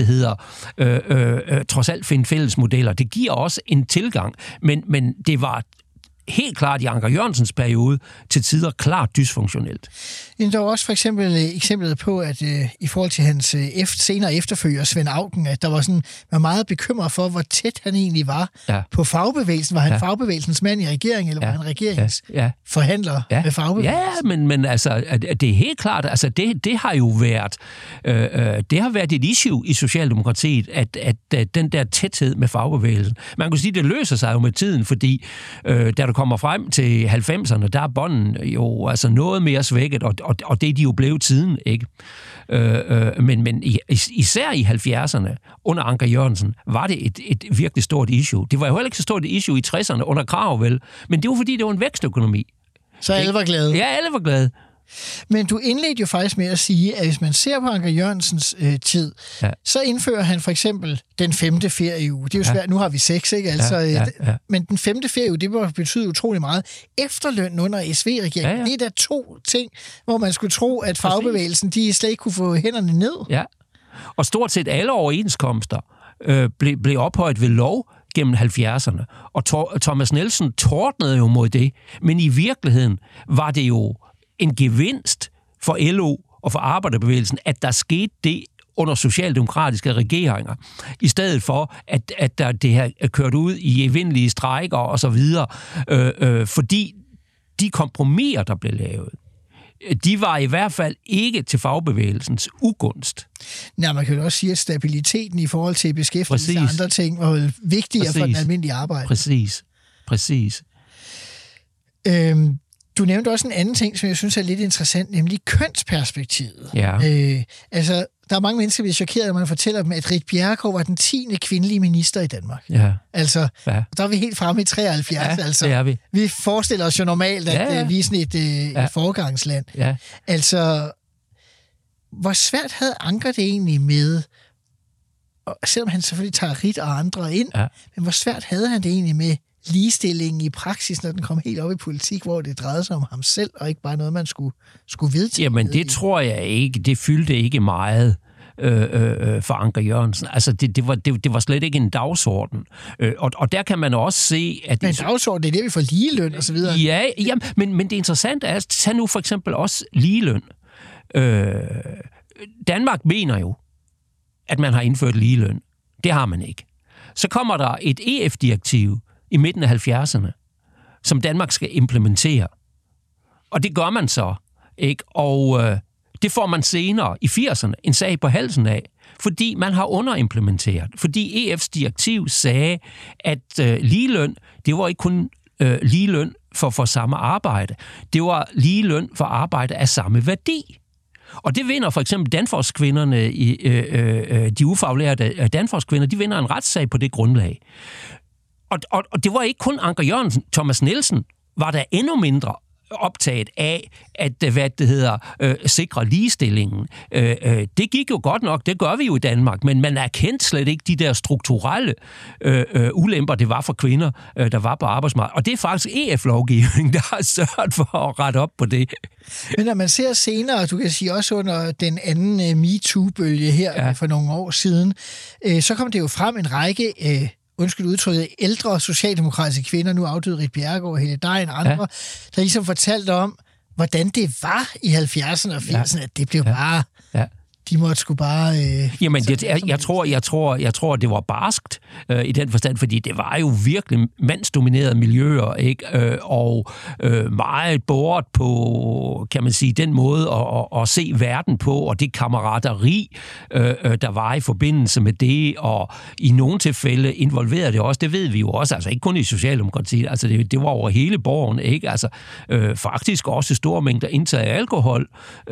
at, trods alt finde fælles modeller. Det giver også en tilgang, men det var helt klart i Anker Jørgensens periode til tider klart dysfunktionelt.
Men der var også for eksempel eksemplet på, at i forhold til hans senere efterfølger, Svend Auken, at der var meget bekymret for, hvor tæt han egentlig var på fagbevægelsen. Var han fagbevægelsens mand i regeringen, eller var han regeringens forhandler med fagbevægelsen?
Ja, men altså, det er helt klart, altså det har jo været det har været et issue i Socialdemokratiet, at den der tæthed med fagbevægelsen. Man kan sige, det løser sig jo med tiden, fordi da du kommer frem til 90'erne, der er bånden jo altså noget mere svækket, og det er de jo blevet tiden, ikke? Men især i 70'erne, under Anker Jørgensen, var det et virkelig stort issue. Det var jo heller ikke så stort et issue i 60'erne under Krag, vel? Men det var fordi, det var en vækstøkonomi.
Så alle var glade?
Ja, alle var glade.
Men du indledte jo faktisk med at sige, at hvis man ser på Anker Jørgensens tid, så indfører han for eksempel den 5. ferieuge. Det er jo svært, nu har vi 6, ikke? Altså, men den 5. ferieuge, det betyder utrolig meget. Efterløn under SV-regeringen, det er der 2 ting, hvor man skulle tro, at fagbevægelsen, de slet ikke kunne få hænderne ned.
Ja. Og stort set alle overenskomster blev ophøjet ved lov gennem 70'erne. Og Thomas Nielsen tordnede jo mod det. Men i virkeligheden var det jo en gevinst for LO og for arbejderbevægelsen, at der skete det under socialdemokratiske regeringer, i stedet for, at der det her kørt ud i evindelige strejker og så videre, fordi de kompromiser, der blev lavet, de var i hvert fald ikke til fagbevægelsens ugunst.
Nej, man kan jo også sige, at stabiliteten i forhold til beskæftigelse og andre ting var jo vigtigere for den almindelige arbejde.
Præcis.
Du nævnte også en anden ting, som jeg synes er lidt interessant, nemlig kønsperspektivet.
Ja.
Altså, der er mange mennesker, der bliver chokeret, når man fortæller dem, at Ritt Bjerregaard var den 10. kvindelige minister i Danmark.
Ja.
Altså, der er vi helt fremme i 73.
Ja,
altså,
det er vi.
Vi forestiller os jo normalt, at vi er sådan et foregangsland.
Ja.
Altså, hvor svært havde Anker det egentlig med, og selvom han selvfølgelig tager Ritt og andre ind, men hvor svært havde han det egentlig med ligestillingen i praksis, når den kom helt op i politik, hvor det drejede sig om ham selv, og ikke bare noget, man skulle vedtage? Jamen,
det tror jeg ikke. Det fyldte ikke meget for Anker Jørgensen. Altså, det var slet ikke en dagsorden. Og der kan man også se, at...
Men dagsorden, det er det, vi får ligeløn og så videre.
Ja, men det interessante er, at tage nu for eksempel også ligeløn. Danmark mener jo, at man har indført ligeløn. Det har man ikke. Så kommer der et EF-direktiv i midten af 70'erne, som Danmark skal implementere. Og det gør man så, ikke? Og det får man senere i 80'erne en sag på halsen af, fordi man har underimplementeret. Fordi EF's direktiv sagde, at ligeløn, det var ikke kun ligeløn for samme arbejde. Det var ligeløn for arbejde af samme værdi. Og det vinder for eksempel Danfoss-kvinderne, de ufaglærte Danfoss-kvinder, de vinder en retssag på det grundlag. Og det var ikke kun Anker Jørgensen. Thomas Nielsen var der endnu mindre optaget af at sikre ligestillingen. Det gik jo godt nok, det gør vi jo i Danmark, men man erkendte slet ikke de der strukturelle ulemper, det var for kvinder, der var på arbejdsmarkedet. Og det er faktisk EF-lovgivning, der har sørget for at rette op på det.
Men når man ser senere, du kan sige også under den anden MeToo-bølge her for nogle år siden, så kom det jo frem en række undskyld udtrykket, ældre socialdemokratiske kvinder, nu afdøde Ritt Bjerregaard og Helle Degn og andre, der ligesom fortalte om, hvordan det var i 70'erne og 80'erne, at det blev bare... De måtte sgu bare...
Jamen, jeg tror, det var barskt i den forstand, fordi det var jo virkelig mandsdominerede miljøer, ikke? Og meget båret på, kan man sige, den måde at se verden på, og det kammerateri, der var i forbindelse med det, og i nogle tilfælde involverede det også, det ved vi jo også, altså ikke kun i Socialdemokratiet, altså det var over hele borgen, ikke? Altså faktisk også store mængder indtaget af alkohol,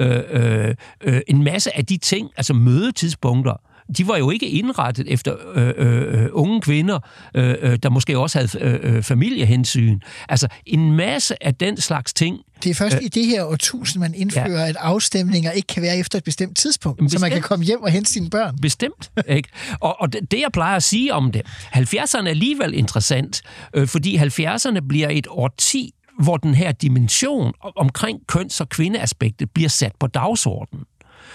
en masse af de ting, altså mødetidspunkter, de var jo ikke indrettet efter unge kvinder, der måske også havde familiehensyn. Altså en masse af den slags ting.
Det er først i det her årtusind, man indfører, at afstemninger ikke kan være efter et bestemt tidspunkt, så man kan komme hjem og hente sine børn.
Bestemt, ikke? Og det, jeg plejer at sige om det, 70'erne er alligevel interessant, fordi 70'erne bliver et årti, hvor den her dimension omkring køns- og kvindeaspektet bliver sat på dagsordenen.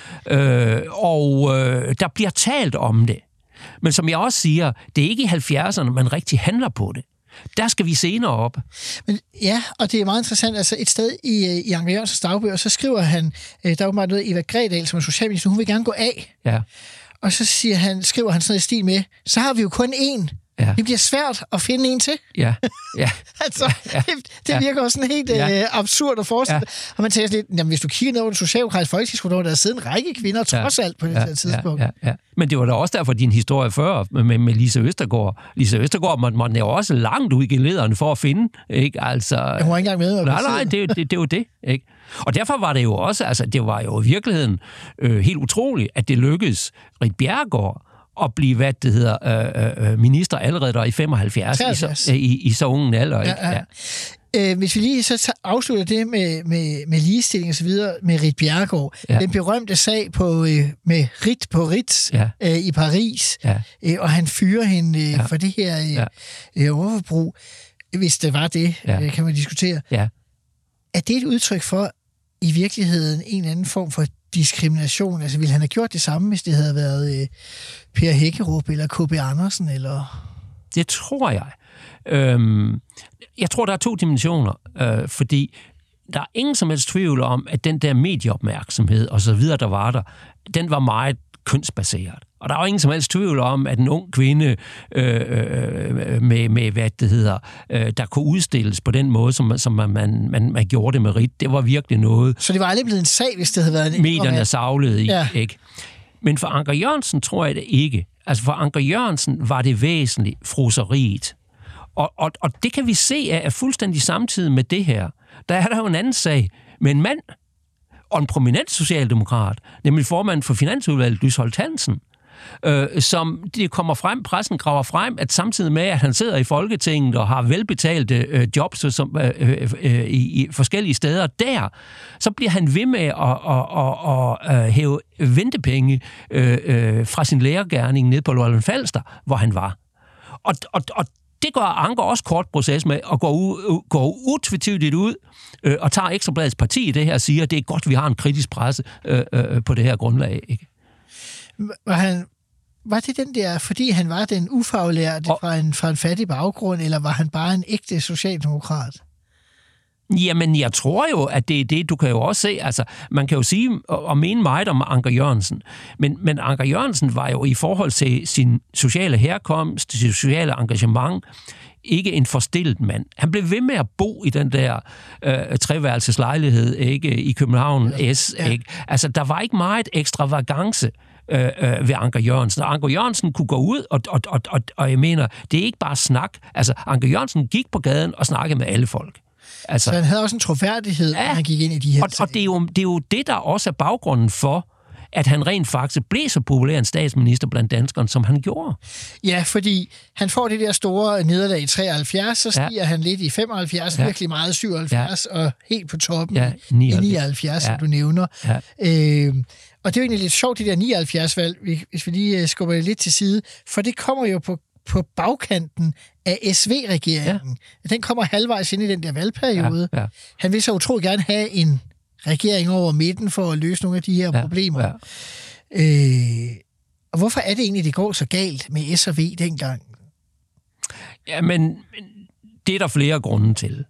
Der bliver talt om det. Men som jeg også siger, det er ikke i 70'erne, man rigtig handler på det. Der skal vi senere op.
Men, ja, og det er meget interessant. Altså et sted i Anker Jørgensens dagbøger, så skriver han, der var meget noget Eva Gredal, som er socialminister, hun vil gerne gå af. Ja. Og så skriver han sådan et stil med, så har vi jo kun én. Ja. Det bliver svært at finde en til.
Ja.
Altså, det virker også sådan helt absurd at forestille. Ja. Og man tænker lidt, jamen, hvis du kigger ned over den socialdemokratiske folketingsgruppe, der er siddet en række kvinder trods alt på det her tidspunkt.
Ja. Men det var da også derfor, din historie før med Lise Østergaard. Lise Østergaard, man er jo også langt ud i lederen for at finde, ikke? Altså,
hun var ikke engang med.
Nej, det var det, ikke? Og derfor var det jo også, altså, det var jo i virkeligheden helt utroligt, at det lykkedes Ritt Bjerregaard at blive, minister allerede der i 75 i så unge alder.
Ja. Hvis vi lige så afslutter det med ligestilling og så videre med Ritt Bjerregaard, den berømte sag med Ritt på Ritz i Paris, og han fyrer hende for det her overforbrug, hvis det var det, kan man diskutere. Ja. Er det et udtryk for, i virkeligheden en eller anden form for diskrimination? Altså, ville han have gjort det samme, hvis det havde været Per Hækkerup eller K.B. Andersen? Eller?
Det tror jeg. Jeg tror, der er 2 dimensioner, fordi der er ingen som helst tvivl om, at den der medieopmærksomhed og så videre, der var der, den var meget kønsbaseret. Og der er jo ingen som helst tvivl om, at en ung kvinde med hvad det hedder, der kunne udstilles på den måde, som man gjorde det med Rit, det var virkelig noget.
Så det var aldrig blevet en sag, hvis det havde været en...
Medierne savlede i, ikke? Men for Anker Jørgensen tror jeg det ikke. Altså for Anker Jørgensen var det væsentligt fruseriet. Og det kan vi se er fuldstændig samtidig med det her. Der er der jo en anden sag med en mand og en prominent socialdemokrat, nemlig formanden for Finansudvalget, Lysholdt Hansen, som det kommer frem, pressen graver frem, at samtidig med, at han sidder i Folketinget og har velbetalte jobs som, i forskellige steder der, så bliver han ved med at hæve ventepenge fra sin lærergerning ned på Lolland Falster, hvor han var. Og det gør Anker også kort proces med, og går utvetydigt ud og tager Ekstrabladets parti i det her og siger, at det er godt, vi har en kritisk presse på det her grundlag. Ikke?
Var det den der, fordi han var den ufaglærte fra en fattig baggrund, eller var han bare en ægte socialdemokrat?
Jamen, jeg tror jo, at det er det, du kan jo også se, altså, man kan jo sige og mene meget om Anker Jørgensen, men Anker Jørgensen var jo i forhold til sin sociale herkomst, sit sociale engagement, ikke en forstillet mand. Han blev ved med at bo i den der treværelseslejlighed, ikke, i København S, ikke? Altså, der var ikke meget ekstravagance ved Anker Jørgensen. Og Anker Jørgensen kunne gå ud, og jeg mener, det er ikke bare snak. Altså, Anker Jørgensen gik på gaden og snakkede med alle folk. Altså,
så han havde også en troværdighed, når han gik ind i de her
og det er jo det, der også er baggrunden for, at han rent faktisk blev så populær en statsminister blandt danskerne, som han gjorde.
Ja, fordi han får det der store nederlag i 73, så stiger han lidt i 75, virkelig meget 77, og helt på toppen i 79, som du nævner. Ja. Og det er jo egentlig lidt sjovt, det der 79-valg, hvis vi lige skubber det lidt til side, for det kommer jo på bagkanten af SV-regeringen. Ja. Den kommer halvvejs ind i den der valgperiode. Ja. Han vil så utroligt gerne have en regering over midten for at løse nogle af de her problemer. Ja. Og hvorfor er det egentlig, det går så galt med S og V dengang?
Jamen, det er der flere grunde til.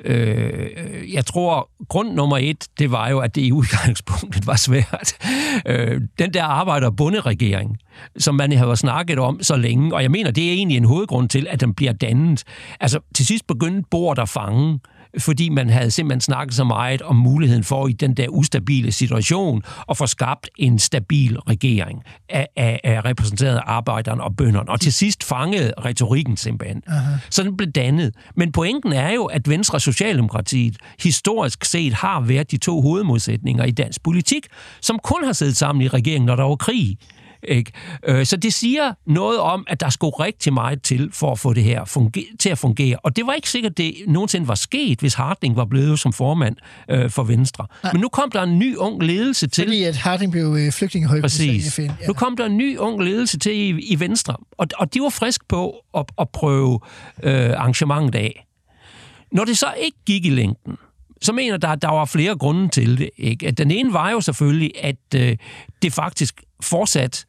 Jeg tror, grund nummer 1, det var jo, at det i udgangspunktet var svært. Den der arbejder- og bonderegering, som man har snakket om så længe, og jeg mener, det er egentlig en hovedgrund til, at den bliver dannet. Altså, til sidst begyndte Bort at fange, fordi man havde simpelthen snakket så meget om muligheden for i den der ustabile situation at få skabt en stabil regering af repræsenterede arbejderne og bønderne. Og til sidst fangede retorikken simpelthen. Så den blev dannet. Men pointen er jo, at Venstre og Socialdemokratiet historisk set har været de 2 hovedmodsætninger i dansk politik, som kun har siddet sammen i regeringen, når der var krig. Ikke? Så det siger noget om, at der skulle rigtig meget til for at få det her til at fungere. Og det var ikke sikkert, det nogensinde var sket, hvis Hartling var blevet som formand for Venstre. Nej. Men nu kom der en ny ung ledelse til.
Fordi at Hartling blev flygtningehøjkommissær i FN. Ja.
Nu kom der en ny ung ledelse til i Venstre. Og de var frisk på at prøve arrangementet af. Når det så ikke gik i længden, så mener der var flere grunde til det. Ikke? At den ene var jo selvfølgelig, at det faktisk fortsat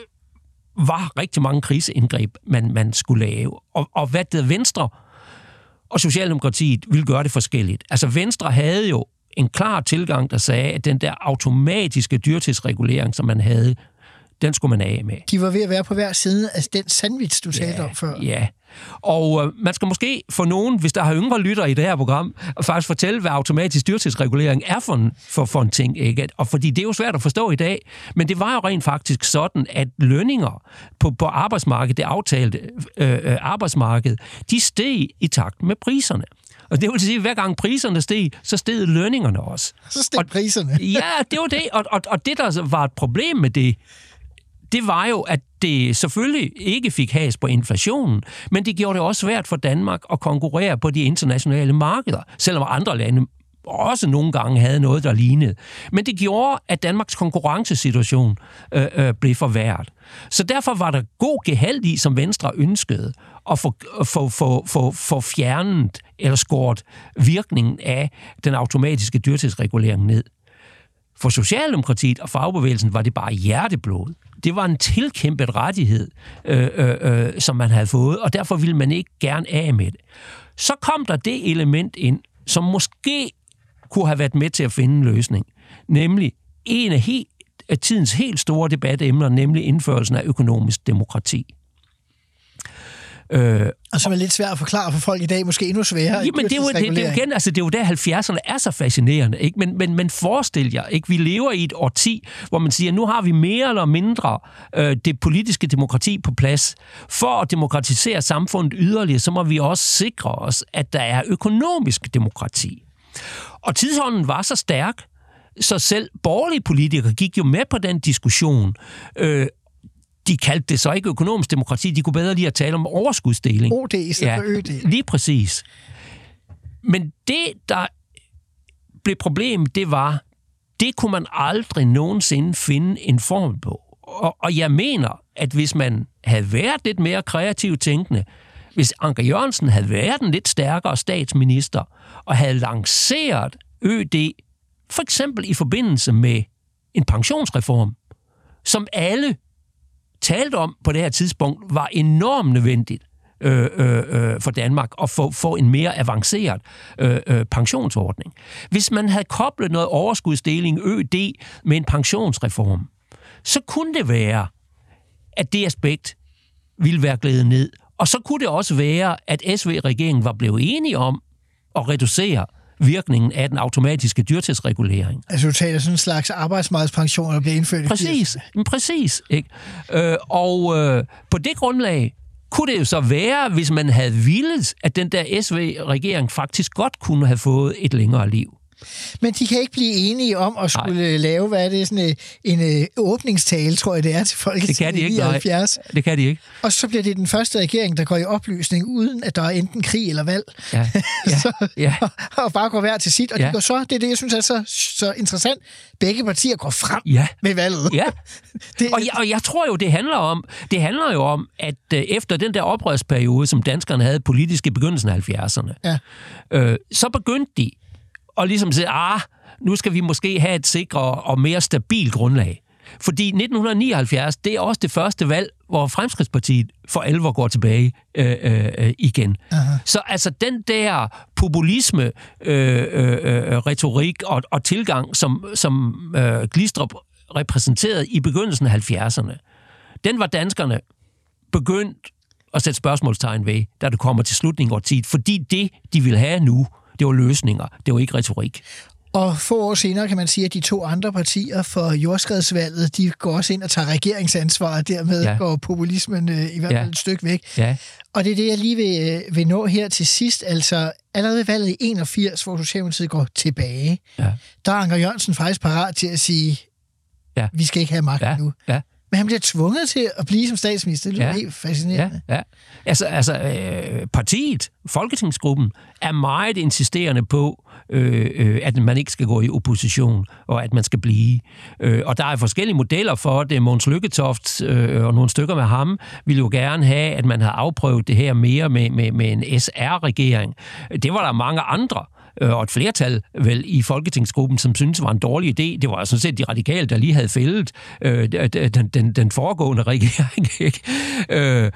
var rigtig mange kriseindgreb, man skulle lave. Og hvad det Venstre og Socialdemokratiet ville gøre det forskelligt. Altså Venstre havde jo en klar tilgang, der sagde, at den der automatiske dyrtidsregulering, som man havde, den skulle man af med.
De var ved at være på hver side af den sandwich, du talte om før.
Ja, og man skal måske for nogen, hvis der har yngre lyttere i det her program, faktisk fortælle, hvad automatisk dyrtidsregulering er for en ting. Ikke? Og fordi det er jo svært at forstå i dag, men det var jo rent faktisk sådan, at lønninger på arbejdsmarkedet, det aftalte arbejdsmarked, de steg i takt med priserne. Og det vil sige, at hver gang priserne steg, så steg lønningerne også.
Så steg priserne?
Ja, det var det. Og det, der var et problem med det var jo, at det selvfølgelig ikke fik has på inflationen, men det gjorde det også svært for Danmark at konkurrere på de internationale markeder, selvom andre lande også nogle gange havde noget, der lignede. Men det gjorde, at Danmarks konkurrencesituation blev forværret. Så derfor var der god gehalt i, som Venstre ønskede, at få fjernet eller skåret virkningen af den automatiske dyrtidsregulering ned. For Socialdemokratiet og fagbevægelsen var det bare hjerteblod. Det var en tilkæmpet rettighed, som man havde fået, og derfor ville man ikke gerne af med det. Så kom der det element ind, som måske kunne have været med til at finde en løsning, nemlig en af tidens helt store debatemner, nemlig indførelsen af økonomisk demokrati.
Og som er lidt svært at forklare for folk i dag, måske endnu sværere.
Jamen, det er jo der 70'erne er så fascinerende, ikke? Men forestil jer, ikke? Vi lever i et årti, hvor man siger, nu har vi mere eller mindre det politiske demokrati på plads. For at demokratisere samfundet yderligere, så må vi også sikre os, at der er økonomisk demokrati. Og tidsånden var så stærk, så selv borgerlige politikere gik jo med på den diskussion. De kaldte det så ikke økonomisk demokrati, de kunne bedre lige at tale om overskudsdeling.
OD i stedet for ØD. Lige
præcis. Men det, der blev problemet, det var, det kunne man aldrig nogensinde finde en form på. Og jeg mener, at hvis man havde været lidt mere kreativt tænkende, hvis Anker Jørgensen havde været en lidt stærkere statsminister, og havde lanceret ØD, for eksempel i forbindelse med en pensionsreform, som alle talte om på det her tidspunkt, var enormt nødvendigt for Danmark at få en mere avanceret pensionsordning. Hvis man havde koblet noget overskudsdeling ØD med en pensionsreform, så kunne det være, at det aspekt ville være glædet ned. Og så kunne det også være, at SV-regeringen var blevet enige om at reducere virkningen af den automatiske dyrtidsregulering.
Altså du taler sådan en slags arbejdsmarkedspension, der bliver indført i
Præcis. Ikke? På det grundlag kunne det jo så være, hvis man havde villet, at den der SV-regering faktisk godt kunne have fået et længere liv.
Men de kan ikke blive enige om at skulle lave, hvad er det, sådan en åbningstale, tror jeg det er, til Folketinget.
Det kan de ikke,
79.
Det kan de ikke.
Og så bliver det den første regering, der går i opløsning, uden at der er enten krig eller valg.
Ja.
Og bare går hver til sit. Og de går så, det er det, jeg synes er så interessant, begge partier går frem med valget.
Ja. Og jeg tror jo, det handler jo om, at efter den der oprørsperiode, som danskerne havde politisk i begyndelsen af 70'erne, så begyndte de og ligesom sige, nu skal vi måske have et sikrere og mere stabilt grundlag. Fordi 1979, det er også det første valg, hvor Fremskridtspartiet for alvor går tilbage igen. Aha. Så altså den der populisme, retorik og tilgang, som Glistrup repræsenterede i begyndelsen af 70'erne, den var danskerne begyndt at sætte spørgsmålstegn ved, da det kommer til slutningen af årtiet. Fordi det, de ville have nu, det var løsninger, det var ikke retorik.
Og få år senere kan man sige, at de to andre partier for jordskredsvalget, de går også ind og tager regeringsansvar, og dermed går populismen i hvert fald et stykke væk. Ja. Og det er det, jeg lige vil nå her til sidst. Altså, allerede ved valget i 81, hvor Socialdemokratiet går tilbage, der er Anker Jørgensen faktisk parat til at sige, vi skal ikke have magten nu. Ja. Men han bliver tvunget til at blive som statsminister. Det er helt fascinerende. Ja.
Altså partiet, Folketingsgruppen, er meget insisterende på, at man ikke skal gå i opposition, og at man skal blive. Og der er forskellige modeller for det. Mogens Lykketoft og nogle stykker med ham ville jo gerne have, at man havde afprøvet det her mere med en SR-regering. Det var der mange andre og et flertal vel i Folketingsgruppen, som syntes var en dårlig idé. Det var sådan set de radikale, der lige havde fældet den foregående regering. Ikke?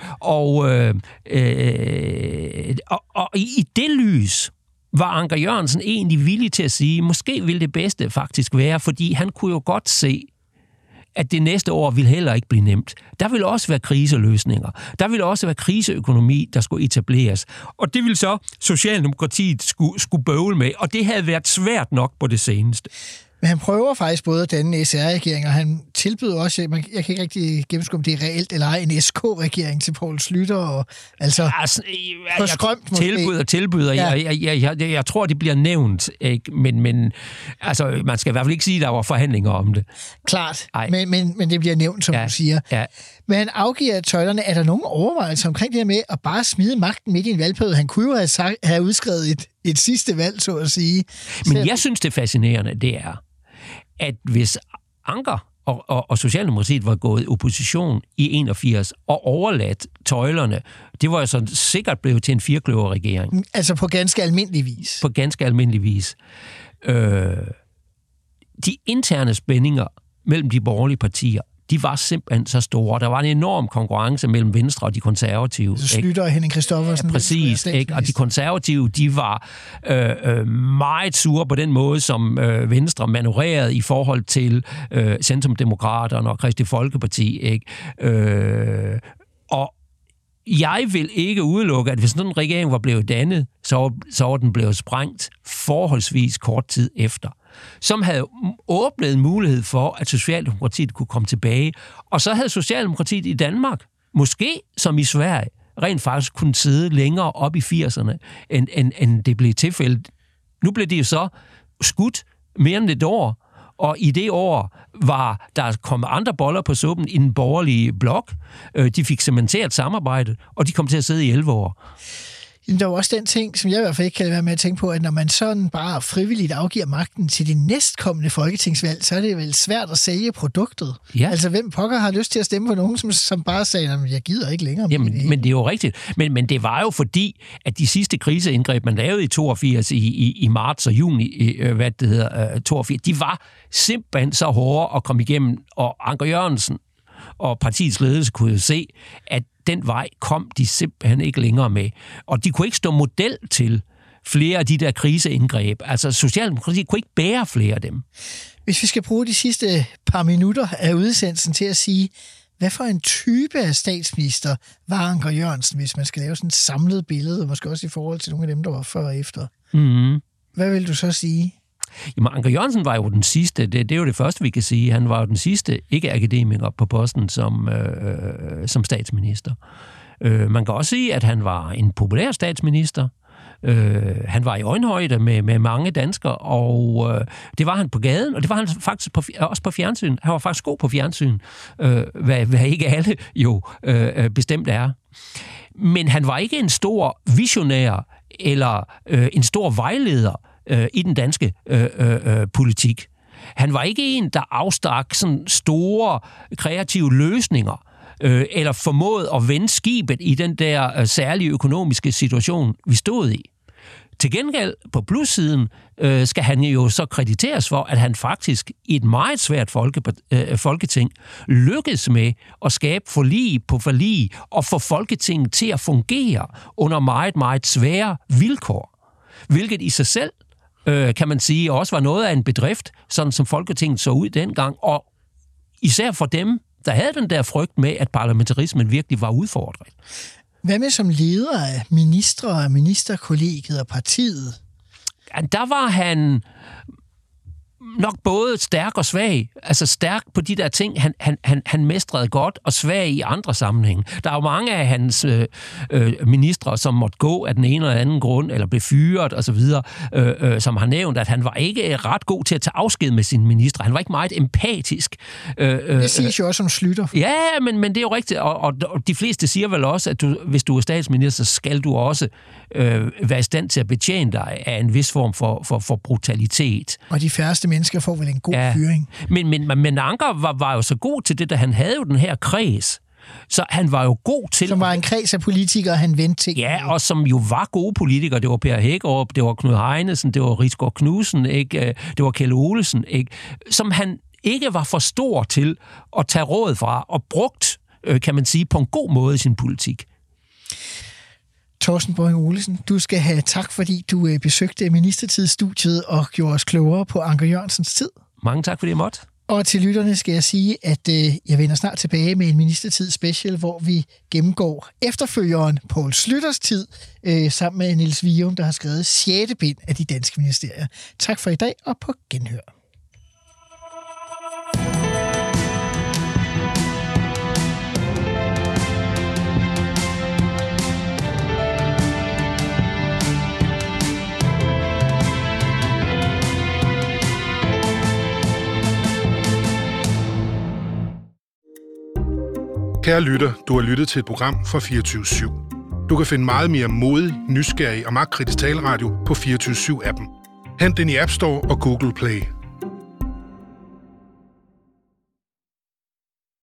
Og i det lys var Anker Jørgensen egentlig villig til at sige, måske ville det bedste faktisk være, fordi han kunne jo godt se, at det næste år vil heller ikke blive nemt. Der vil også være kriseløsninger. Der vil også være kriseøkonomi, der skulle etableres. Og det vil så Socialdemokratiet skulle bøvle med, og det havde været svært nok på det seneste.
Men han prøver faktisk både at danne en SR-regering, og han tilbyder også, jeg kan ikke rigtig gennemskue, om det er reelt eller ej, en SK-regering til Poul Schlüter, og altså
tilbyder. Jeg tror, det bliver nævnt, ikke? Men altså, man skal i hvert fald ikke sige, at der var forhandlinger om det.
Klart, men det bliver nævnt, som du siger. Ja. Men han afgiver tøjlerne. Er der nogen overvejelser omkring det her med at bare smide magten midt i en valgperiode? Han kunne jo have udskrevet et sidste valg, så at sige.
Men jeg synes, det fascinerende, det er, at hvis Anker og Socialdemokratiet var gået i opposition i 81 og overladt tøjlerne, det var jo sådan sikkert blevet til en firkløverregering.
Altså på ganske almindelig vis.
På ganske almindelig vis. de interne spændinger mellem de borgerlige partier, de var simpelthen så store. Der var en enorm konkurrence mellem Venstre og de konservative.
Så Schlüter og Henning Christoffersen.
Ja, præcis. Og de konservative, de var meget sure på den måde, som Venstre manøvrerede i forhold til Centrumdemokraterne og Kristeligt Folkeparti. Ikke? Og jeg vil ikke udelukke, at hvis sådan en regering var blevet dannet, så var den blevet sprængt forholdsvis kort tid efter, som havde åbnet en mulighed for, at Socialdemokratiet kunne komme tilbage. Og så havde Socialdemokratiet i Danmark, måske som i Sverige, rent faktisk kunne sidde længere op i 80'erne, end det blev tilfældet. Nu blev det jo så skudt mere end et år, og i det år var der kommet andre boller på suppen i den borgerlige blok. De fik cementeret samarbejdet, og de kom til at sidde i 11 år.
Der er jo også den ting, som jeg i hvert fald ikke kan være med at tænke på, at når man sådan bare frivilligt afgiver magten til det næstkommende folketingsvalg, så er det vel svært at sælge produktet.
Ja.
Altså, hvem pokker har lyst til at stemme på nogen, som bare sagde, at jeg gider ikke længere.
Jamen, men det er jo rigtigt. Men det var jo fordi, at de sidste kriseindgreb, man lavede i 82 i marts og juni, 82, de var simpelthen så hårde at komme igennem, og Anker Jørgensen og partiets ledelse kunne jo se, at den vej kom de simpelthen ikke længere med. Og de kunne ikke stå model til flere af de der kriseindgreb. Altså, Socialdemokratiet kunne ikke bære flere af dem.
Hvis vi skal bruge de sidste par minutter af udsendelsen til at sige, hvad for en type af statsminister var Anker Jørgensen, hvis man skal lave sådan et samlet billede, måske også i forhold til nogle af dem, der var før og efter. Mm-hmm. Hvad vil du så sige?
Jamen, Anker Jørgensen var jo den sidste, det er jo det første, vi kan sige. Han var jo den sidste ikke-akademiker på posten som statsminister. Man kan også sige, at han var en populær statsminister. Han var i øjenhøjde med mange danskere, og det var han på gaden, og det var han faktisk også på fjernsyn. Han var faktisk god på fjernsyn, hvad ikke alle jo bestemt er. Men han var ikke en stor visionær eller en stor vejleder i den danske politik. Han var ikke en, der afstak sådan store kreative løsninger, eller formåede at vende skibet i den der særlige økonomiske situation, vi stod i. Til gengæld, på plussiden, skal han jo så krediteres for, at han faktisk i et meget svært folketing lykkedes med at skabe forlig på forlig og få Folketinget til at fungere under meget, meget svære vilkår. Hvilket i sig selv, kan man sige, også var noget af en bedrift, sådan som Folketinget så ud dengang, og især for dem, der havde den der frygt med, at parlamentarismen virkelig var udfordret.
Hvad med som leder af ministre og ministerkollegiet og partiet?
Ja, der var han nok både stærk og svag. Altså stærk på de der ting, han mestrede godt, og svag i andre sammenhænge. Der er jo mange af hans ministre, som måtte gå af den ene eller anden grund, eller blev fyret osv., som har nævnt, at han var ikke ret god til at tage afsked med sine ministre. Han var ikke meget empatisk.
Det siges jo også om Schlüter.
Ja, men det er jo rigtigt, og de fleste siger vel også, at hvis du er statsminister, så skal du også være i stand til at betjene dig af en vis form for brutalitet.
Og de færreste mennesker får vel en god fyring.
Men Anker var jo så god til det, da han havde jo den her kreds. Så han var jo god til...
Som var en kreds af politikere, han vendte ting.
Ja, og som jo var gode politikere. Det var Per Hækkerup, det var Knud Heinesen, det var Rigsgaard Knudsen, ikke? Det var Kjeld Olesen, ikke? Som han ikke var for stor til at tage råd fra, og brugt, kan man sige, på en god måde i sin politik.
Torsten Bøjing Olesen, du skal have tak, fordi du besøgte Ministertidsstudiet og gjorde os klogere på Anker Jørgensens tid.
Mange tak, fordi jeg måtte.
Og til lytterne skal jeg sige, at jeg vender snart tilbage med en Ministertid special, hvor vi gennemgår efterfølgeren Poul Schlüters tid, sammen med Niels Vium, der har skrevet 6. bind af de danske ministerier. Tak for i dag, og på genhør.
Kære lytter, du har lyttet til et program fra 24/7. Du kan finde meget mere modig, nysgerrig og magtkritisk taleradio på 24/7-appen. Hent den i App Store og Google Play.